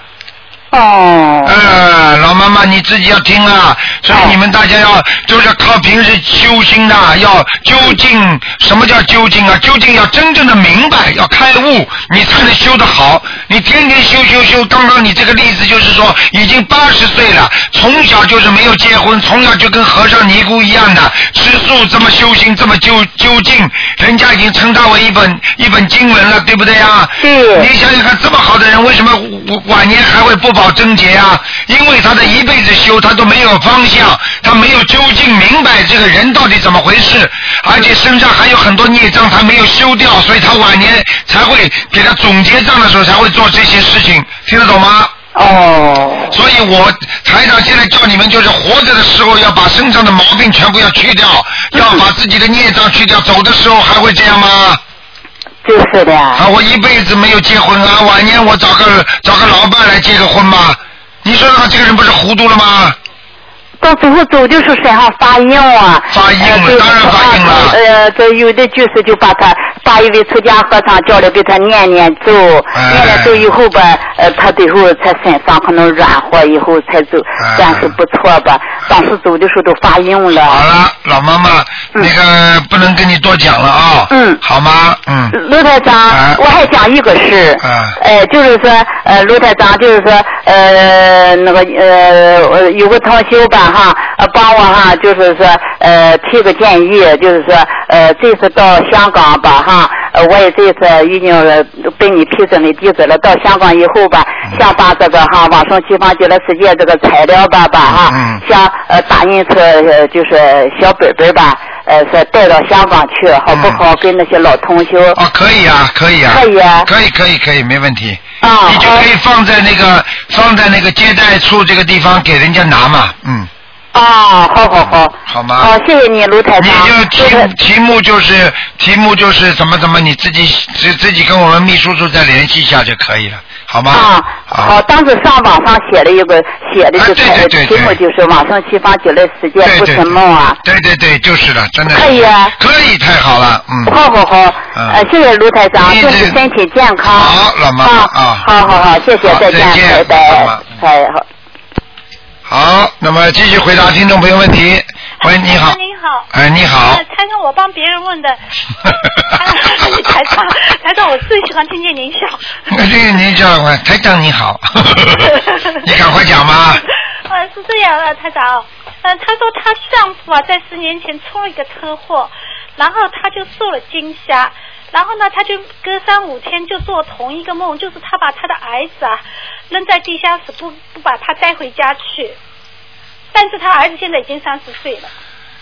老妈妈你自己要听啊，所以你们大家就是靠平时修心的，要究竟什么叫究竟啊？究竟要真正的明白，要开悟，你才能修得好。你天天修，刚刚你这个例子就是说，已经80岁了，从小就是没有结婚，从小就跟和尚尼姑一样的吃素，这么修行，这么究竟，人家已经称他为一本经文了，对不对啊？你想想看，这么好的人，为什么晚年还会不保贞洁啊？因为他的一辈子修，他都没有方向，他没有究竟明白这个人到底怎么回事，而且身上还有很多孽障他没有修掉，所以他晚年才会给他总结账的时候才会做这些事情，听得懂吗？所以我台长现在叫你们就是活着的时候要把身上的毛病全部要去掉，要把自己的孽障去掉，走的时候还会这样吗？ 就是的。 我一辈子没有结婚啊，晚年我找个老伴来结个婚吧，你说他这个人不是糊涂了吗？ 到最后走的时候身上发硬啊， 发硬了，当然发硬了。 这有的就是就把一位出家和尚叫来给他念咒，念咒以后吧，他最后才身上可能软和，以后才走，算是不错吧。当时走的时候都发硬了。 好了，老妈妈，那个不能跟你多讲了啊。好吗？ 卢台长，我还讲一个事。就是说，卢台长就是说，那个有个同修吧。帮我就是说提个建议，就是说这次到香港吧我也这次已经被你批准的地址了，到香港以后吧，想把这个往生西方极乐世界这个材料吧想打印出就是小本本吧，说带到香港去，好不好？跟那些老同修。 可以啊，可以啊，可以，没问题。你就可以放在那个接待处这个地方给人家拿嘛，好吗？ 谢谢你，卢台长。 你就题目就是怎么，你自己跟我们秘书处再联系一下就可以了，好吗？ 好，当时上网上写的就是题目就是往生西方极乐世界不成梦啊。 对，就是了，真的。 可以啊。 可以，太好了， 好，谢谢卢台长，祝你身体健康。 好，老妈妈好，谢谢，再见，拜拜，好。 好，那么继续回答听众朋友问题。喂，你好。 好。 哎，你好。 台长，我帮别人问的。台长，我最喜欢听见您笑。 您叫台长你好。你赶快讲嘛。 是这样的，台长。他说他丈夫啊，在10年前出了一个车祸，然后他就受了惊吓。然后呢，他就隔3、5天就做同一个梦，就是他把他的儿子啊扔在地下室，不把他带回家去。但是他儿子现在已经30岁了。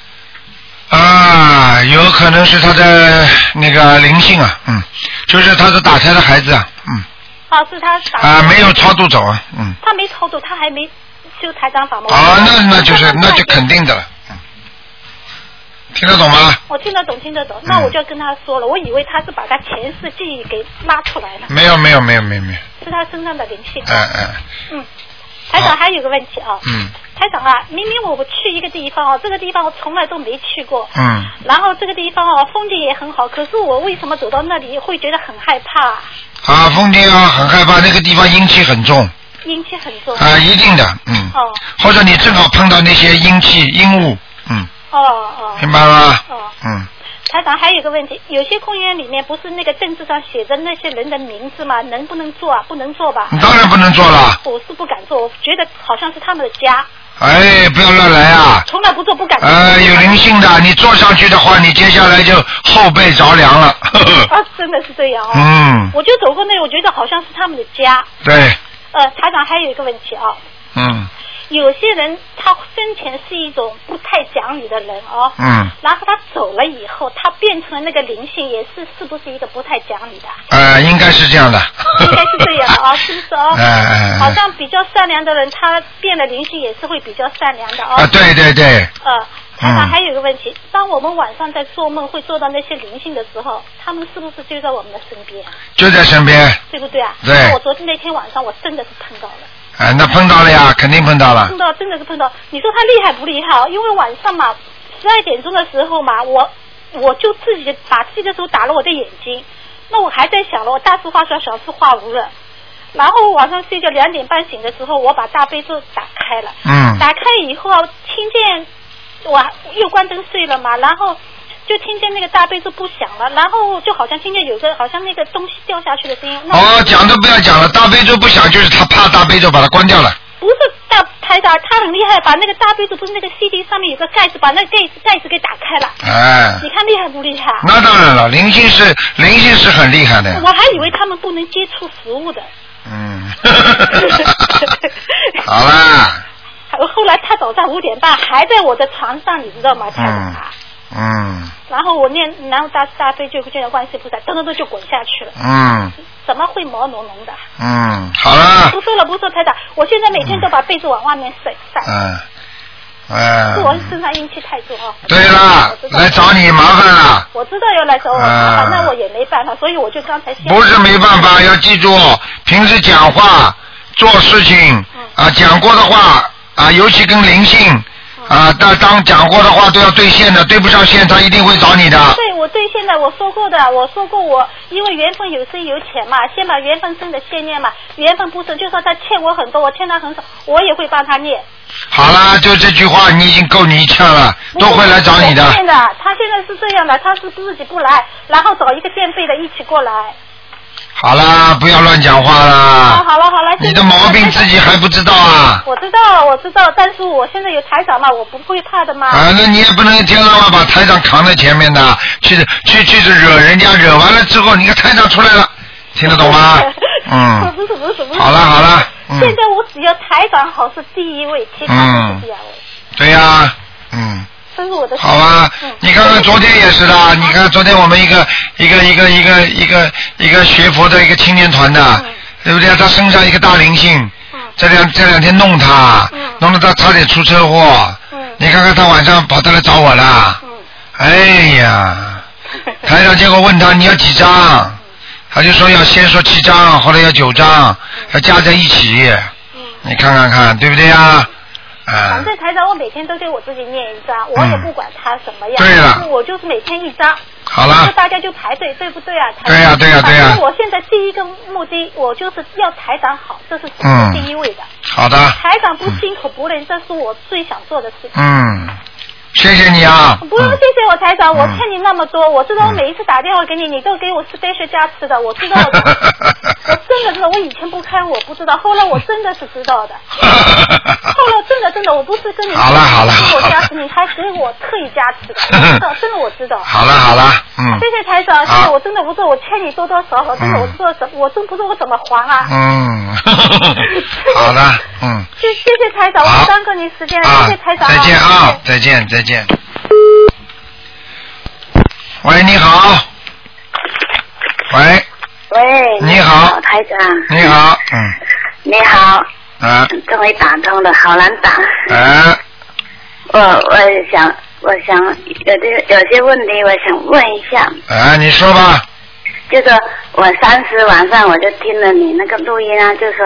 啊，有可能是他的那个灵性啊，就是他是打胎的孩子啊， 是他打胎。 没有超度走啊， 他没超度，他还没修台长法吗？ 那就肯定的了。听得懂吗？ 我听得懂。那我就跟他说了，我以为他是把他前世记忆给拉出来了。 没有。 是他身上的灵性。台长还有个问题啊。台长啊，明明我去一个地方啊，这个地方我从来都没去过。然后这个地方啊，风景也很好，可是我为什么走到那里会觉得很害怕？ 风景啊很害怕，那个地方阴气很重。 阴气很重。 一定的，或者你正好碰到那些阴雾，明白吗？ 台长还有一个问题，有些公园里面不是那个政治上写着那些人的名字吗？能不能做啊？不能做吧？ 当然不能做了。 我是不敢做，我觉得好像是他们的家。 不要乱来啊！ 从来不做，不敢做。 有灵性的，你坐上去的话，你接下来就后背着凉了。 真的是这样哦。我就走过那，我觉得好像是他们的家。 对。 台长还有一个问题啊。有些人他生前是一种不太讲理的人哦，然后他走了以后，他变成了那个灵性，也是不是一个不太讲理的？ 应该是这样的。 应该是这样的是不是哦？好像比较善良的人，他变了灵性也是会比较善良的哦。 对。 台长还有一个问题，当我们晚上在做梦会做到那些灵性的时候，他们是不是就在我们的身边？ 就在身边。 对不对啊？ 对。 我昨天那天晚上我真的是碰到了。 那碰到了呀，肯定碰到了。 碰到，真的是碰到。你说他厉害不厉害？因为晚上嘛，12点钟的时候嘛，我就自己把自己的手打了我的眼睛。那我还在想了，我大事化小，小事化无了。然后晚上睡觉2点半醒的时候，我把大悲咒打开了。打开以后啊，听见我又关灯睡了嘛，然后就听见那个大悲咒不响了，然后就好像听见有个好像那个东西掉下去的声音。 讲都不要讲了，大悲咒不响就是他怕大悲咒把它关掉了。 不是台长，他很厉害，把那个大悲咒不是那个 CD 上面有个盖子，把那个盖子给打开了。你看厉害不厉害？ 那当然了，灵性是很厉害的。 我还以为他们不能接触食物的。 好啦。 后来他早上5点半还在我的床上，你知道吗？台长然后我念然后大悲咒见到观世菩萨，噔就滚下去了。怎么会毛茸茸的？ 好了。 不说了，台长，我现在每天都把被子往外面晒。是我身上阴气太重啊。 对了，来找你麻烦了。 我知道要来找我麻烦，那我也没办法，所以我就刚才不是没办法，要记住，平时讲话、做事情讲过的话尤其跟灵性。当讲过的话都要兑现的，对不上线他一定会找你的。 对，我兑现的，我说过我因为缘分有深有浅嘛，先把缘分深的先念嘛，缘分不深，就说他欠我很多，我欠他很少，我也会帮他念。 好啦，就这句话你已经够你欠了，都会来找你的。 他现在是这样的，他是自己不来，然后找一个垫背的一起过来。 好啦，不要乱讲话啦。 好了， 你的毛病自己还不知道啊？ 我知道，但是我现在有台长嘛，我不会怕的嘛。 那你也不能一天到晚把台长扛在前面的，去惹人家，惹完了之后，你看台长出来了，听得懂吗？ 不是。 好了。 现在我只要台长好是第一位，其他都是第二位。 对呀，好吧，你看看昨天也是的，你看昨天我们一个学佛的一个青年团的，对不对？他身上一个大灵性，这两天弄他，弄得他差点出车祸。你看看他晚上跑来找我了。哎呀，台长结果问他你要几张，他就说要先说7张，后来要9张，要加在一起。你看看，对不对呀？ 反正台长，我每天都给我自己念1张，我也不管他什么样。 对了， 我就是每天1张。 好了。 大家就排队，对不对啊？ 对呀。反正我现在第一个目的，我就是要台长好，这是第一位的。 好的。 台长不辛苦不累，这是我最想做的事情。 谢谢你啊！ 不用谢谢我台长，我欠你那么多，我知道我每一次打电话给你，你都给我special加持的，我知道的。我真的知道，我以前不开我不知道，后来我真的是知道的。后来真的，我不是跟你好了， 给我加持，你还给我特意加持的，我知道，真的我知道。 好了， 谢谢台长，谢谢，我真的不知道我欠你多少，真的我不知道我真不知道我怎么还啊。 好的， 谢谢台长，我耽搁你时间了，谢谢台长。 再见啊，再见。喂，你好。喂，你好， 台长。 你好， 你好。终于打通了，好难打。我想有些问题，我想问一下。 你说吧。 就是我30晚上我就听了你那个录音啊，就说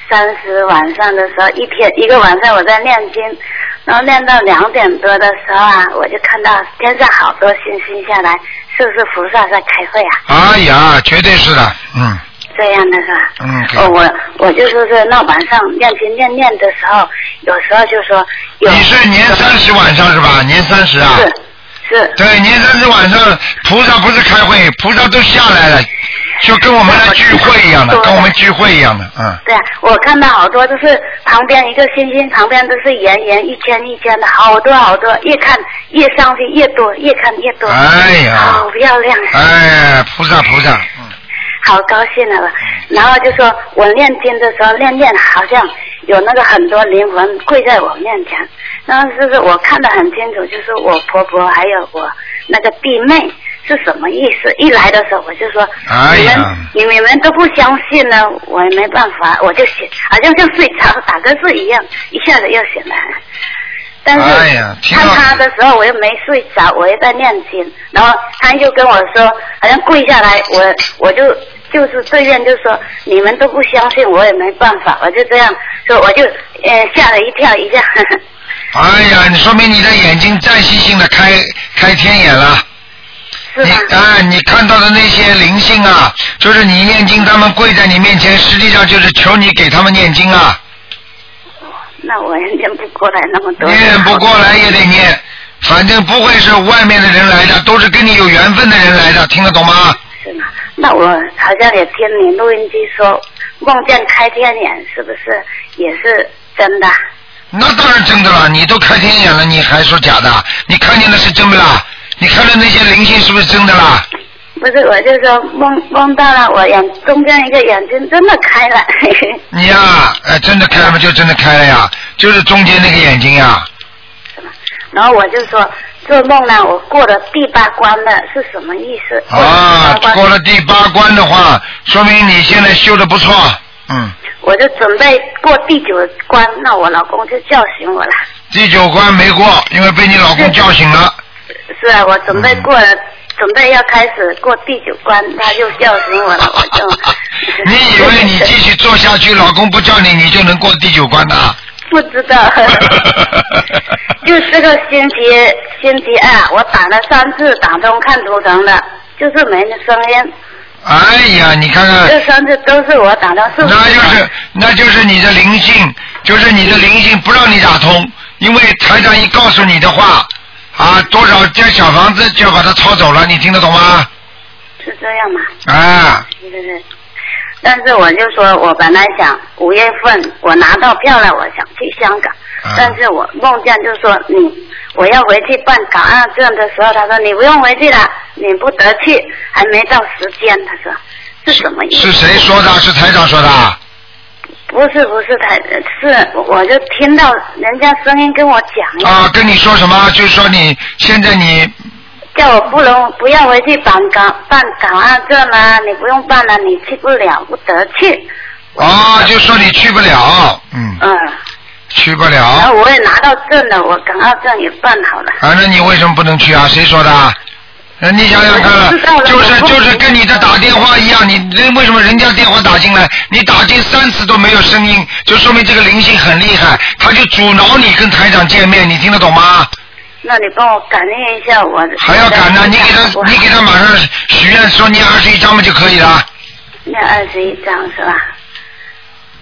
30晚上的时候，一个晚上我在念经，然后念到2点多的时候啊，我就看到天上好多星星下来，是不是菩萨在开会啊？ 哎呀，绝对是的， 这样的是吧？我就说是那晚上念经念的时候，有时候就说有。 你是年30晚上是吧？年30啊？ 是。 对，年30晚上菩萨不是开会，菩萨都下来了，就跟我们来聚会一样的，跟我们聚会一样的， 对啊，我看到好多都是旁边一个星星，旁边都是圆一圈的，好多，越看越上去越多，越看越多。 哎呀， 好漂亮。 哎，菩萨。 好高兴了，然后就说我念经的时候念好像有那个很多灵魂跪在我面前，然后就是我看得很清楚，就是我婆婆还有我那个弟妹是什么意思。一来的时候我就说，你们都不相信呢，我也没办法，我就醒，好像睡着打瞌睡一样，一下子又醒来。但是看他的时候我又没睡着，我又在念经，然后他就跟我说，好像跪下来，我就是对面就说你们都不相信，我也没办法，我就这样说，我就吓了一跳一下。 哎呀，你说明你的眼睛暂时性的开天眼了。 是吧？ 你看到的那些灵性啊，就是你念经，他们跪在你面前，实际上就是求你给他们念经啊。 那我念不过来那么多。 念不过来也得念，反正不会是外面的人来的，都是跟你有缘分的人来的，听得懂吗？ 是吗？那我好像也听你录音机说梦见开天眼，是不是也是真的？ 那当然真的了，你都开天眼了，你还说假的？你看见的是真的啦？你看到那些灵性是不是真的啦？ 不是，我就说梦到了，我中间一个眼睛真的开了。 你呀，真的开了吗？就真的开了呀，就是中间那个眼睛呀。 是吗？然后我就说做梦呢，我过了第8关了，是什么意思？ 过了第8关的话，说明你现在修得不错。 我就准备过第9关，那我老公就叫醒我了。 第9关没过，因为被你老公叫醒了。 是啊，我准备过了。准备要开始过第9关，他就叫醒我了，我就。 你以为你继续做下去，老公不叫你，你就能过第9关的？ 不知道。就这个星期二，我打了3次打通看图腾的，就是没声音。 哎呀，你看看。 这3次都是我打到4次。 那就是你的灵性，不让你打通，因为台长一告诉你的话。多少间小房子就要把它抄走了，你听得懂吗？ 是这样吗？对。但是我就说，我本来想5月份我拿到票了，我想去香港，但是我梦见就说我要回去办港澳证的时候，他说你不用回去了，你不得去，还没到时间，他说是什么意思？ 是谁说的？是台长说的？ 不是是我就听到人家声音跟我讲跟你说什么？就是说现在你叫我不要回去办港澳证了，你不用办了，你去不了，不得去。 就说你去不了。去不了。 然后我也拿到证了，我港澳证也办好了。 那你为什么不能去啊？谁说的？你想想看了，就是跟你的打电话一样，你为什么人家电话打进来，你打进3次都没有声音，就说明这个灵性很厉害，他就阻挠你跟台长见面，你听得懂吗？ 那你帮我感应一下我的。 还要感呢？你给他马上许愿说念21张嘛就可以了。 念21张是吧？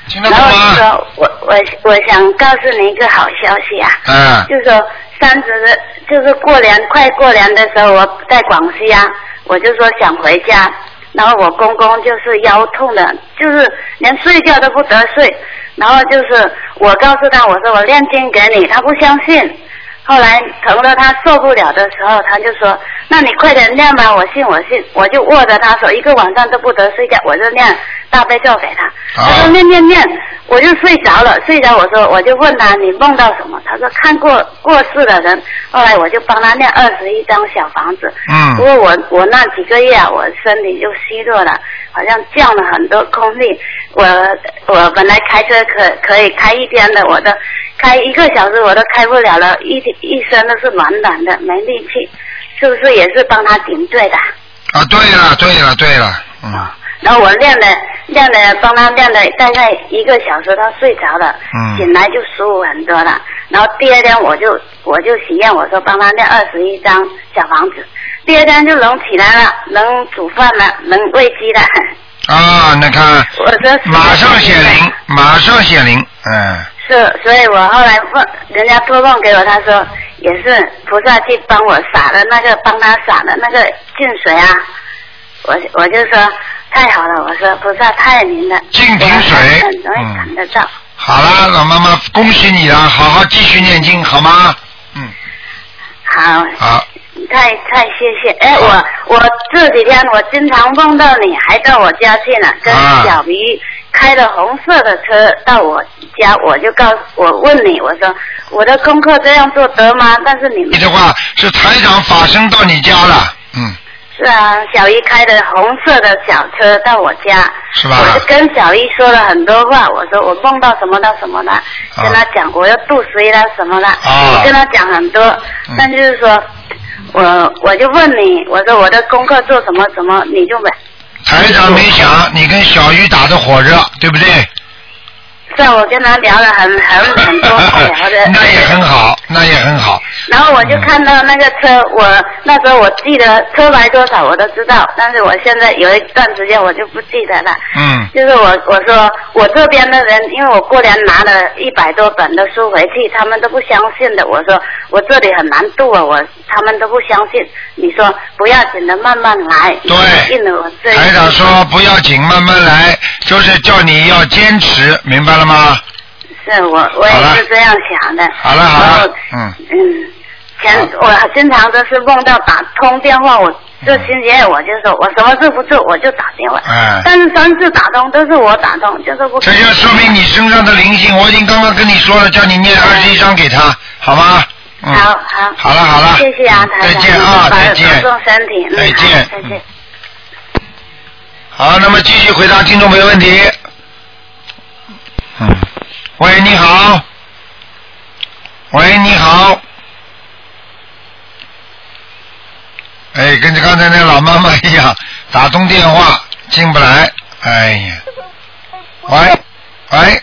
然后就说我想告诉你一个好消息啊，就是说就是快过年的时候，我在广西啊，我就说想回家，然后我公公就是腰痛的，就是连睡觉都不得睡，然后就是我告诉他，我说我念经给你，他不相信。后来疼得他受不了的时候，他就说：“那你快点念吧，我信。”我就握着他手，一个晚上都不得睡觉，我就念大悲咒给他。他说念，我就睡着了。我就问他你梦到什么？他说看过世的人。后来我就帮他念21张小房子。不过我那几个月我身体就虚弱了，好像降了很多功力。我本来开车可以开一天的，我的开1个小时我都开不了了，一身都是软软的，没力气，是不是也是帮他顶罪的？ 对了， 然后我练了，帮他练了大概1个小时，他睡着了，醒来就舒服很多了。然后第二天我就许愿，我说帮他练21张小房子，第二天就能起来了，能煮饭了，能喂鸡了。 那看，我说马上显灵， 是，所以我后来问人家托梦给我，他说也是菩萨去帮我帮他洒的那个净水啊，我就说太好了，我说菩萨太灵了， 净瓶水很容易看得到。 好了，老妈妈，恭喜你了，好好继续念经，好吗？好。 太谢谢！我这几天我经常梦到你还到我家去呢，跟小鱼开了红色的车到我家，我问你，我说我的功课这样做得吗？但是你的话是台长法身到你家了， 是啊，小鱼开的红色的小车到我家， 是吧？ 我就跟小鱼说了很多话，我说我梦到什么的什么的，跟他讲我要渡谁了什么的，我跟他讲很多，但就是说。我就问你，我说我的功课做什么，你就没。 台长没想你跟小鱼打得火热，对不对？ 是啊，我跟他聊了很多聊的。 那也很好。 然后我就看到那个车，那时候我记得车牌多少我都知道，但是我现在有一段时间我就不记得了。就是我说我这边的人，因为我过年拿了100多本的书回去，他们都不相信的。我说我这里很难度啊，他们都不相信。你说不要紧的，慢慢来。 对。台长说不要紧，慢慢来，就是叫你要坚持，明白了吗？ 是我也是这样想的。 好了。 我经常都是梦到打通电话，我这星期二我就说我什么事不做我就打电话，但是3次打通都是我打通，就是不。 这就说明你身上的灵性，我已经刚刚跟你说了，叫你念21张给他，好吗？好了。 谢谢啊，台长。 再见啊，再见。 保重身体。 再见。 再见。 好，那么继续回答听众朋友问题。喂，你好。跟着刚才那老妈妈一样，打通电话进不来，哎呀，喂，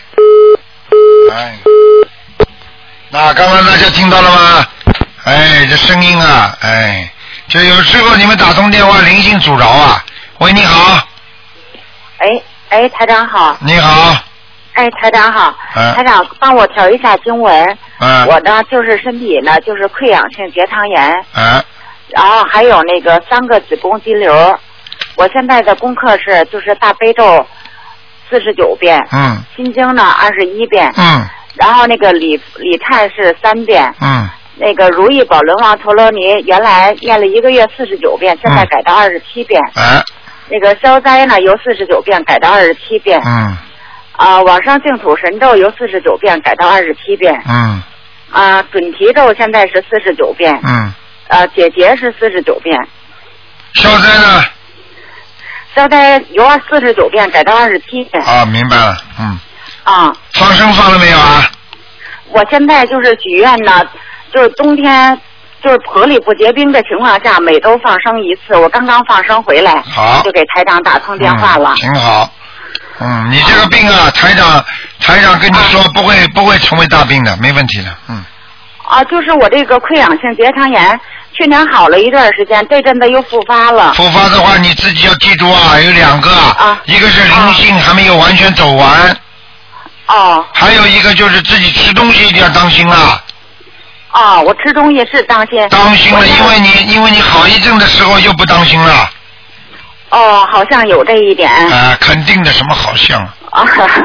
那刚刚大家听到了吗？这声音啊，就有时候你们打通电话灵性阻挠啊。喂，你好。 台长好。 你好。 台长好。台长帮我调一下经文。我呢就是身体呢就是溃疡性结肠炎。然后还有那个3个子宫肌瘤。我现在的功课就是大悲咒49遍。心经呢21遍。然后那个礼忏是3遍。那个如意宝轮王陀罗尼原来念了1个月49遍，现在改到27遍。那个消灾呢由49遍改到27遍。往生净土神咒由49遍改到27遍。准提咒现在是49遍。解结是49遍。 消灾呢？ 消灾由49遍改到27遍。 明白了。放生放了没有啊？ 我现在就是许愿呢，就是冬天就是河里不结冰的情况下，每周放生1次。我刚刚放生回来， 好， 就给台长打通电话了。 挺好。你这个病啊，台长跟你说不会成为大病的，没问题的。 就是我这个溃疡性结肠炎，去年好了一段时间，这阵子又复发了。 复发的话，你自己要记住啊，有2个，一个是灵性还没有完全走完。 哦。 还有一个就是自己吃东西一定要当心啦。 哦，我吃东西是当心。 当心了，因为你好一阵的时候又不当心了。 哦，好像有这一点。 肯定的，什么好像啊？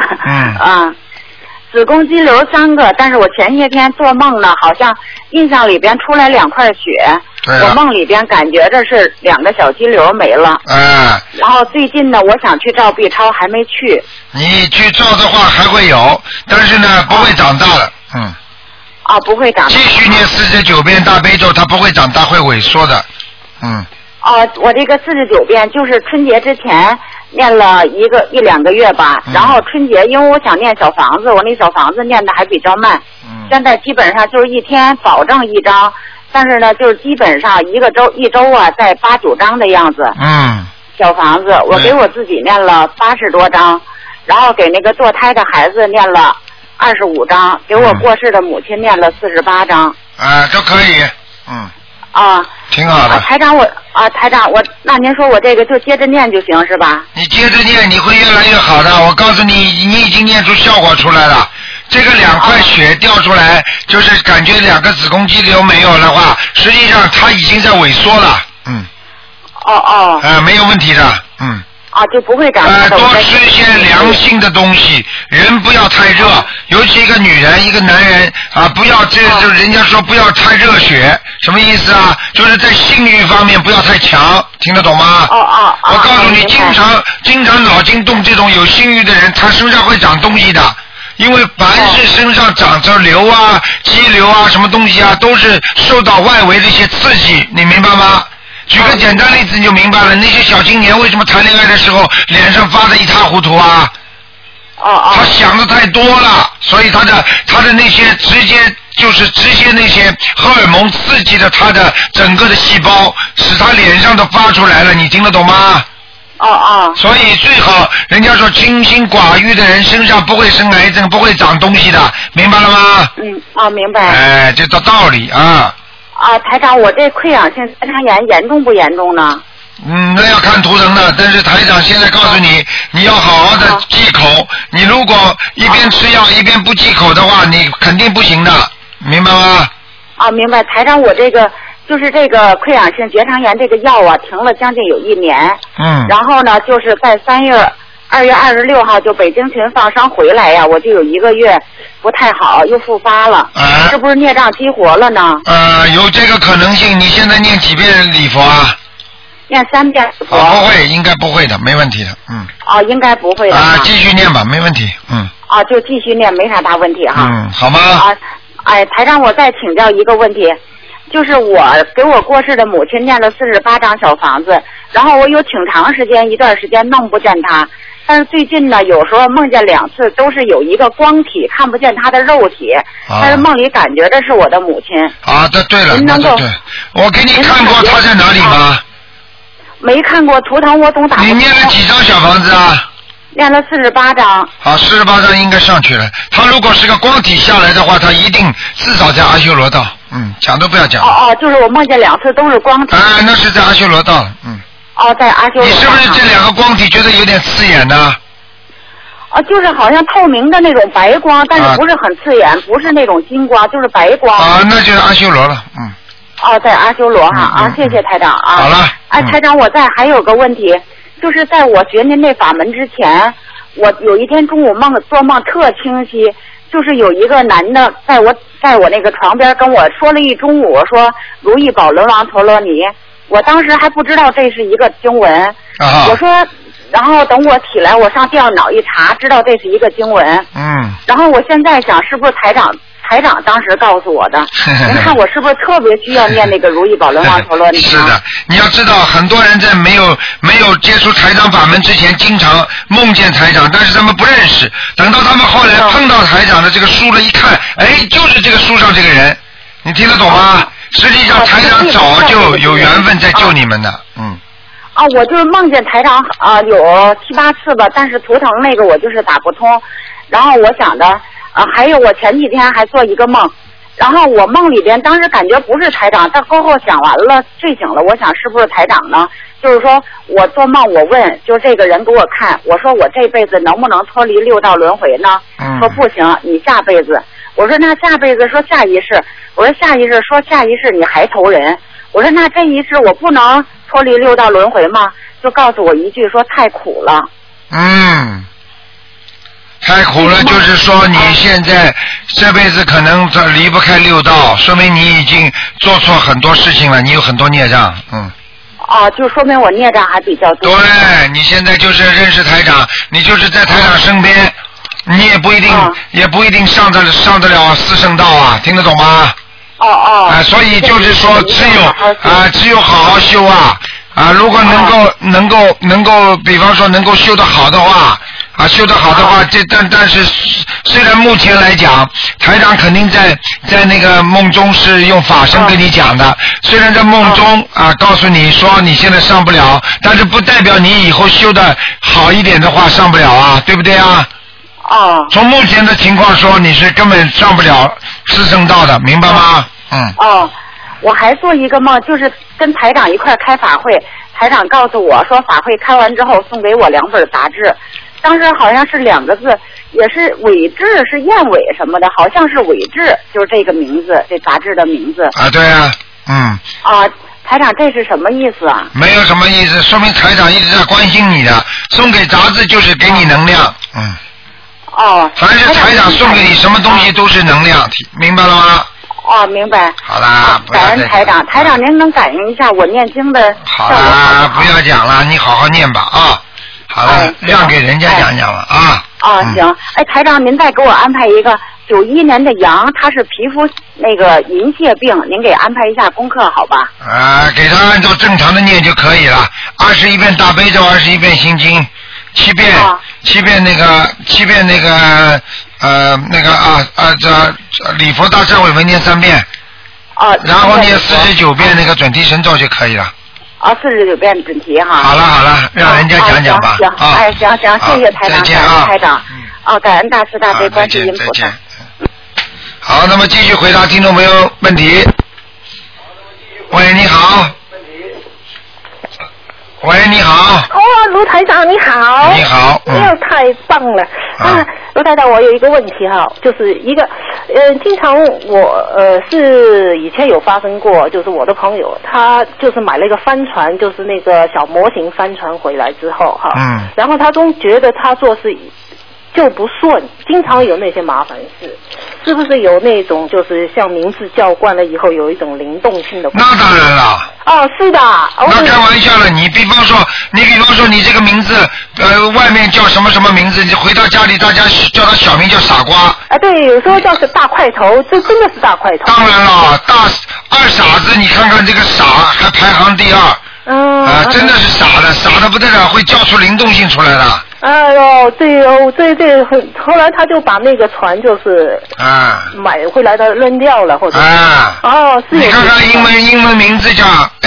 子宫肌瘤3个，但是我前些天做梦呢，好像印象里边出来2块血，我梦里边感觉这是2个小肌瘤没了。然后最近呢，我想去照 B 超，还没去。 你去照的话还会有，但是呢不会长大了。 不会长大。 继续念49遍大悲咒，它不会长大，会萎缩的。 我这个49遍就是春节之前念了1、2个月吧，然后春节因为我想念小房子，我那小房子念的还比较慢，现在基本上就是一天保证1张，但是呢就是基本上一周啊在8、9张的样子。小房子我给我自己念了80多张，然后给那个堕胎的孩子念了25张，给我过世的母亲念了48张。 都可以。挺好的。 台长我那您说我这个就接着念就行是吧？ 你接着念你会越来越好的，我告诉你，你已经念出效果出来了。这个2块血掉出来，就是感觉2个子宫肌瘤没有的话，实际上它已经在萎缩了。没有问题的。 就不会长大的。 多吃一些凉性的东西，人不要太热，尤其一个女人一个男人不要就人家说不要太热血，什么意思啊？就是在性欲方面不要太强，听得懂吗？我告诉你，经常脑筋动这种有性欲的人，他身上会长东西的。因为凡是身上长着瘤啊、肌瘤啊、什么东西啊，都是受到外围的一些刺激，你明白吗？举个简单例子你就明白了，那些小青年为什么谈恋爱的时候脸上发得一塌糊涂啊？他想的太多了，所以他的那些直接那些荷尔蒙刺激了他的整个的细胞，使他脸上都发出来了，你听得懂吗？所以最好人家说清心寡欲的人身上不会生癌症，不会长东西的，明白了吗？ 明白。 这道理啊。 台长，我这溃疡性结肠炎严重不严重呢？ 那要看图腾的，但是台长现在告诉你，你要好好的忌口。你如果一边吃药一边不忌口的话，你肯定不行的，明白吗？ 明白。台长，我这个就是这个溃疡性结肠炎这个药啊，停了将近有1年。然后呢，就是在2月26号就北京群放生回来呀，我就有1个月不太好，又复发了。是不是孽障激活了呢？ 有这个可能性。你现在念几遍礼佛啊？ 念3遍礼佛。 不会，应该不会的，没问题的。 应该不会的。 继续念吧，没问题。 就继续念，没啥大问题哈。 好吗？ 台长，我再请教一个问题，就是我给我过世的母亲念了48张小房子，然后我有挺长一段时间弄不见她。但是最近呢，有时候梦见2次，都是有一个光体，看不见他的肉体，但是梦里感觉这是我的母亲。 对了，那对，我给你看过他在哪里吗？ 没看过图腾，我总打不通。 你念了几张小房子啊？ 念了48张。 好，48张应该上去了。他如果是个光体下来的话，他一定至少在阿修罗道。讲都不要讲。 就是我梦见2次都是光体。 那是在阿修罗道。 在阿修罗。 你是不是这2个光体觉得有点刺眼呢？ 就是好像透明的那种白光，但是不是很刺眼，不是那种金光，就是白光。 那就是阿修罗了。 在阿修罗哈。谢谢台长啊。 好了。 台长，我还有个问题，就是在我学您这法门之前，我有一天中午做梦特清晰，就是有一个男的在我那个床边跟我说了一中午，说如意宝轮王陀罗尼。我当时还不知道这是一个经文，我说，然后等我起来，我上电脑一查，知道这是一个经文。然后我现在想，是不是台长当时告诉我的？您看我是不是特别需要念那个如意宝轮王陀罗尼？ 是的，你要知道，很多人在没有接触台长法门之前，经常梦见台长，但是他们不认识。等到他们后来碰到台长的这个书了，一看，就是这个书上这个人，你听得懂吗？实际上台长早就有缘分在救你们的。 我就是梦见台长有7、8次吧，但是图腾那个我就是打不通。然后我想着还有我前几天还做一个梦， 然后我梦里边当时感觉不是台长，但过后想完了睡醒了，我想是不是台长呢？就是说我做梦我问，就这个人给我看，我说我这辈子能不能脱离6道轮回呢？说不行，你下辈子。我说那下辈子，说下一世。我说下一世，说下一世你还投人。我说那这一世我不能脱离6道轮回吗？就告诉我一句说太苦了。 太苦了，就是说你现在这辈子可能离不开6道，说明你已经做错很多事情了，你有很多孽障。 就说明我孽障还比较多。 对，你现在就是认识台长，你就是在台长身边，你也不一定上得了4圣道啊，听得懂吗？所以就是说只有好好修啊，如果能够，比方说能够修得好的话。修得好的话，但是虽然目前来讲，台长肯定在那个梦中是用法身跟你讲的，虽然在梦中告诉你说你现在上不了，但是不代表你以后修得好一点的话上不了啊，对不对啊？从目前的情况说，你是根本上不了4圣道的，明白吗？ 我还做一个梦，就是跟台长一块开法会，台长告诉我说法会开完之后送给我2本杂志。当时好像是2个字，也是伪志，是燕尾什么的，好像是伪志，就是这个名字，这杂志的名字。 对啊， 台长，这是什么意思啊？ 没有什么意思，说明台长一直在关心你的。送给杂志就是给你能量，凡是台长送给你什么东西都是能量，明白了吗？ 明白。 好啦， 感恩台长，台长您能感应一下我念经的？ 好啦，不要讲了，你好好念吧啊。好了，让给人家讲讲了啊。 行。台长，您再给我安排一个91年的羊，他是皮肤那个银屑病，您给安排一下功课好吧？ 给他按照正常的念就可以了。21遍大悲咒，21遍心经，7遍那个礼佛大忏悔文念3遍。然后念49遍那个准提神咒就可以了。 49遍准提哈。 好了，让人家讲讲吧。 行，谢谢台长，感恩台长。感恩大慈大悲观世音菩萨。 好，那么继续回答听众朋友问题。喂，你好。喂，你好。 卢台长你好。 你好。 太棒了。卢台长，我有一个问题哈，就是一个经常我是以前有发生过，就是我的朋友他就是买了一个帆船，就是那个小模型帆船回来之后哈，然后他总觉得他做事就不顺，经常有那些麻烦事，是不是有那种就是像名字叫惯了以后有一种灵动性的？ 那当然了。 是的。 那开玩笑了，你比方说你这个名字外面叫什么什么名字，你回到家里大家叫他小名叫傻瓜。 对，有时候叫是大块头，这真的是大块头。 当然了，二傻子，你看看这个傻还排行第2。真的是傻的不得了，会叫出灵动性出来的。 对，后来他就把那个船就是买回来的扔掉了，或者是你看看英文名字叫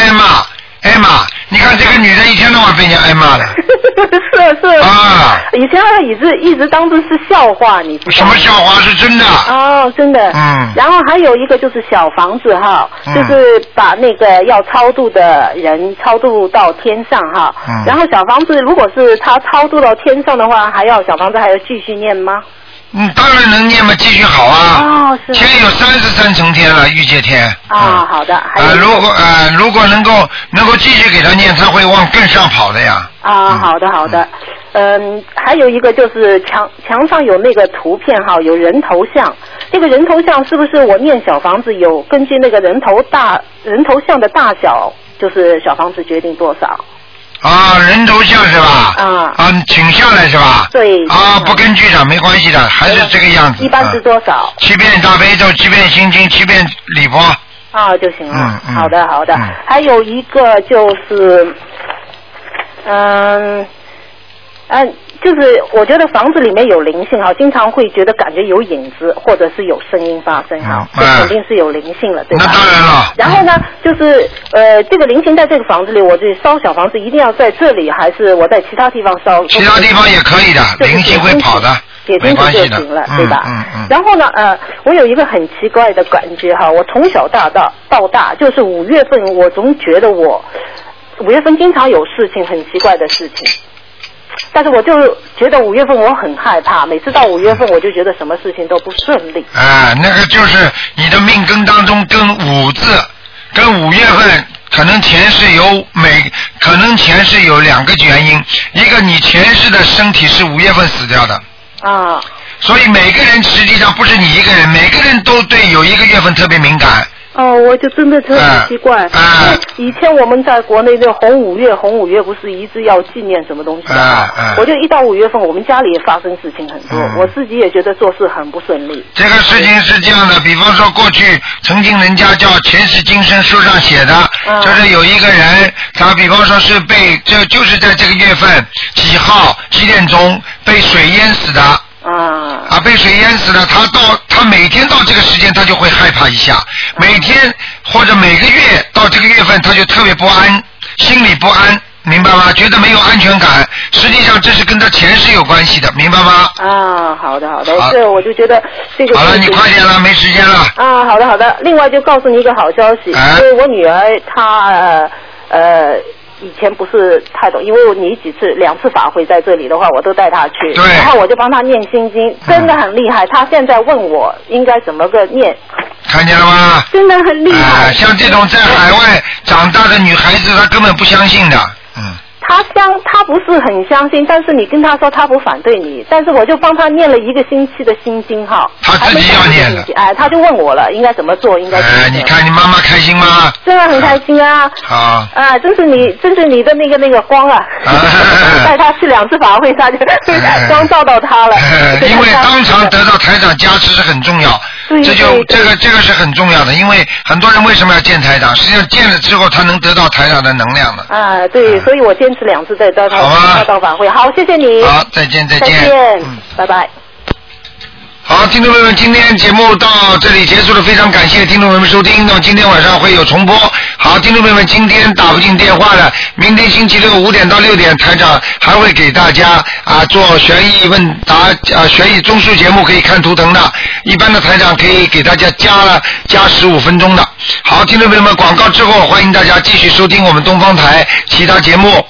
Emma，你看这个女人一天到晚被人家挨骂的。 是。以前他一直当作是笑话，你知道吗？ 什么笑话是真的？ 真的。然后还有一个就是小房子哈，就是把那个要超度的人超度到天上哈。然后小房子如果是他超度到天上的话，小房子还要继续念吗？ 当然能念嘛，继续好啊。天有33层天了，欲界天。 好的。 如果能够继续给他念，他会往更上跑的呀。 好的。还有一个就是墙上有那个图片哈，有人头像。这个人头像是不是我念小房子有根据那个人头像的大小，就是小房子决定多少？ 人头像是吧？请下来是吧？ 对。 不根据的，没关系的，还是这个样子。 一般是多少 ？7遍大悲咒，7遍心经，7遍礼佛。 就行了。好的。还有一个就是就是我觉得房子里面有灵性哈，经常会觉得感觉有影子，或者是有声音发生哈，这肯定是有灵性了，对吧？ 那当然了。 然后呢，就是这个灵性在这个房子里，我这烧小房子一定要在这里，还是我在其他地方烧？ 其他地方也可以的，灵性会跑的。 写清楚就行了，对吧？然后呢，我有一个很奇怪的感觉哈，我从小到大，就是5月份，我总觉得我5月份经常有事情，很奇怪的事情。但是我就觉得5月份我很害怕，每次到5月份我就觉得什么事情都不顺利。 那个就是你的命根当中跟5字，跟5月份可能前世有2个原因，一个你前世的身体是5月份死掉的。所以每个人实际上不是你一个人，每个人都对有一个月份特别敏感。 我就真的特别奇怪。以前我们在国内的红五月不是一直要纪念什么东西的我就一到5月份，我们家里也发生事情很多，我自己也觉得做事很不顺利。 这个事情是这样的，比方说过去曾经人家叫前世今生书上写的，就是有一个人，他比方说是就是在这个月份几号几点钟被水淹死的。被水淹死了，他每天到这个时间他就会害怕一下，每天或者每个月到这个月份他就特别不安，心里不安，明白吗？觉得没有安全感，实际上这是跟他前世有关系的，明白吗？ 好的，这我就觉得这个。 好了，你快点了，没时间了。 好的。另外就告诉你一个好消息，因为我女儿她以前不是太懂，因为你2次法会在这里的话，我都带她去，然后我就帮她念心经，真的很厉害。她现在问我应该怎么个念， 看见了吗？ 真的很厉害。 像这种在海外长大的女孩子，她根本不相信的。 他不是很相信，但是你跟他说他不反对你，但是我就帮他念了1个星期的心经哈。 他自己要念的。 他就问我了，应该怎么做？应该怎么做？ 你看你妈妈开心吗？ 真的很开心啊！ 好。 真是你的那个光啊！带他去2次法会，他就光照到他了。 因为当场得到台长加持是很重要。这个是很重要的，因为很多人为什么要见台长？实际上见了之后，他能得到台长的能量的。 对，所以我坚持2次再到法会。好，谢谢你。 好，再见。 拜拜。 好，听众朋友们，今天节目到这里结束了，非常感谢听众朋友们收听。那么今天晚上会有重播。好，听众朋友们，今天打不进电话了，明天星期六5点到6点，台长还会给大家做悬疑问答悬疑综述节目，可以看图腾的。一般的台长可以给大家加15分钟的。好，听众朋友们，广告之后，欢迎大家继续收听我们东方台其他节目。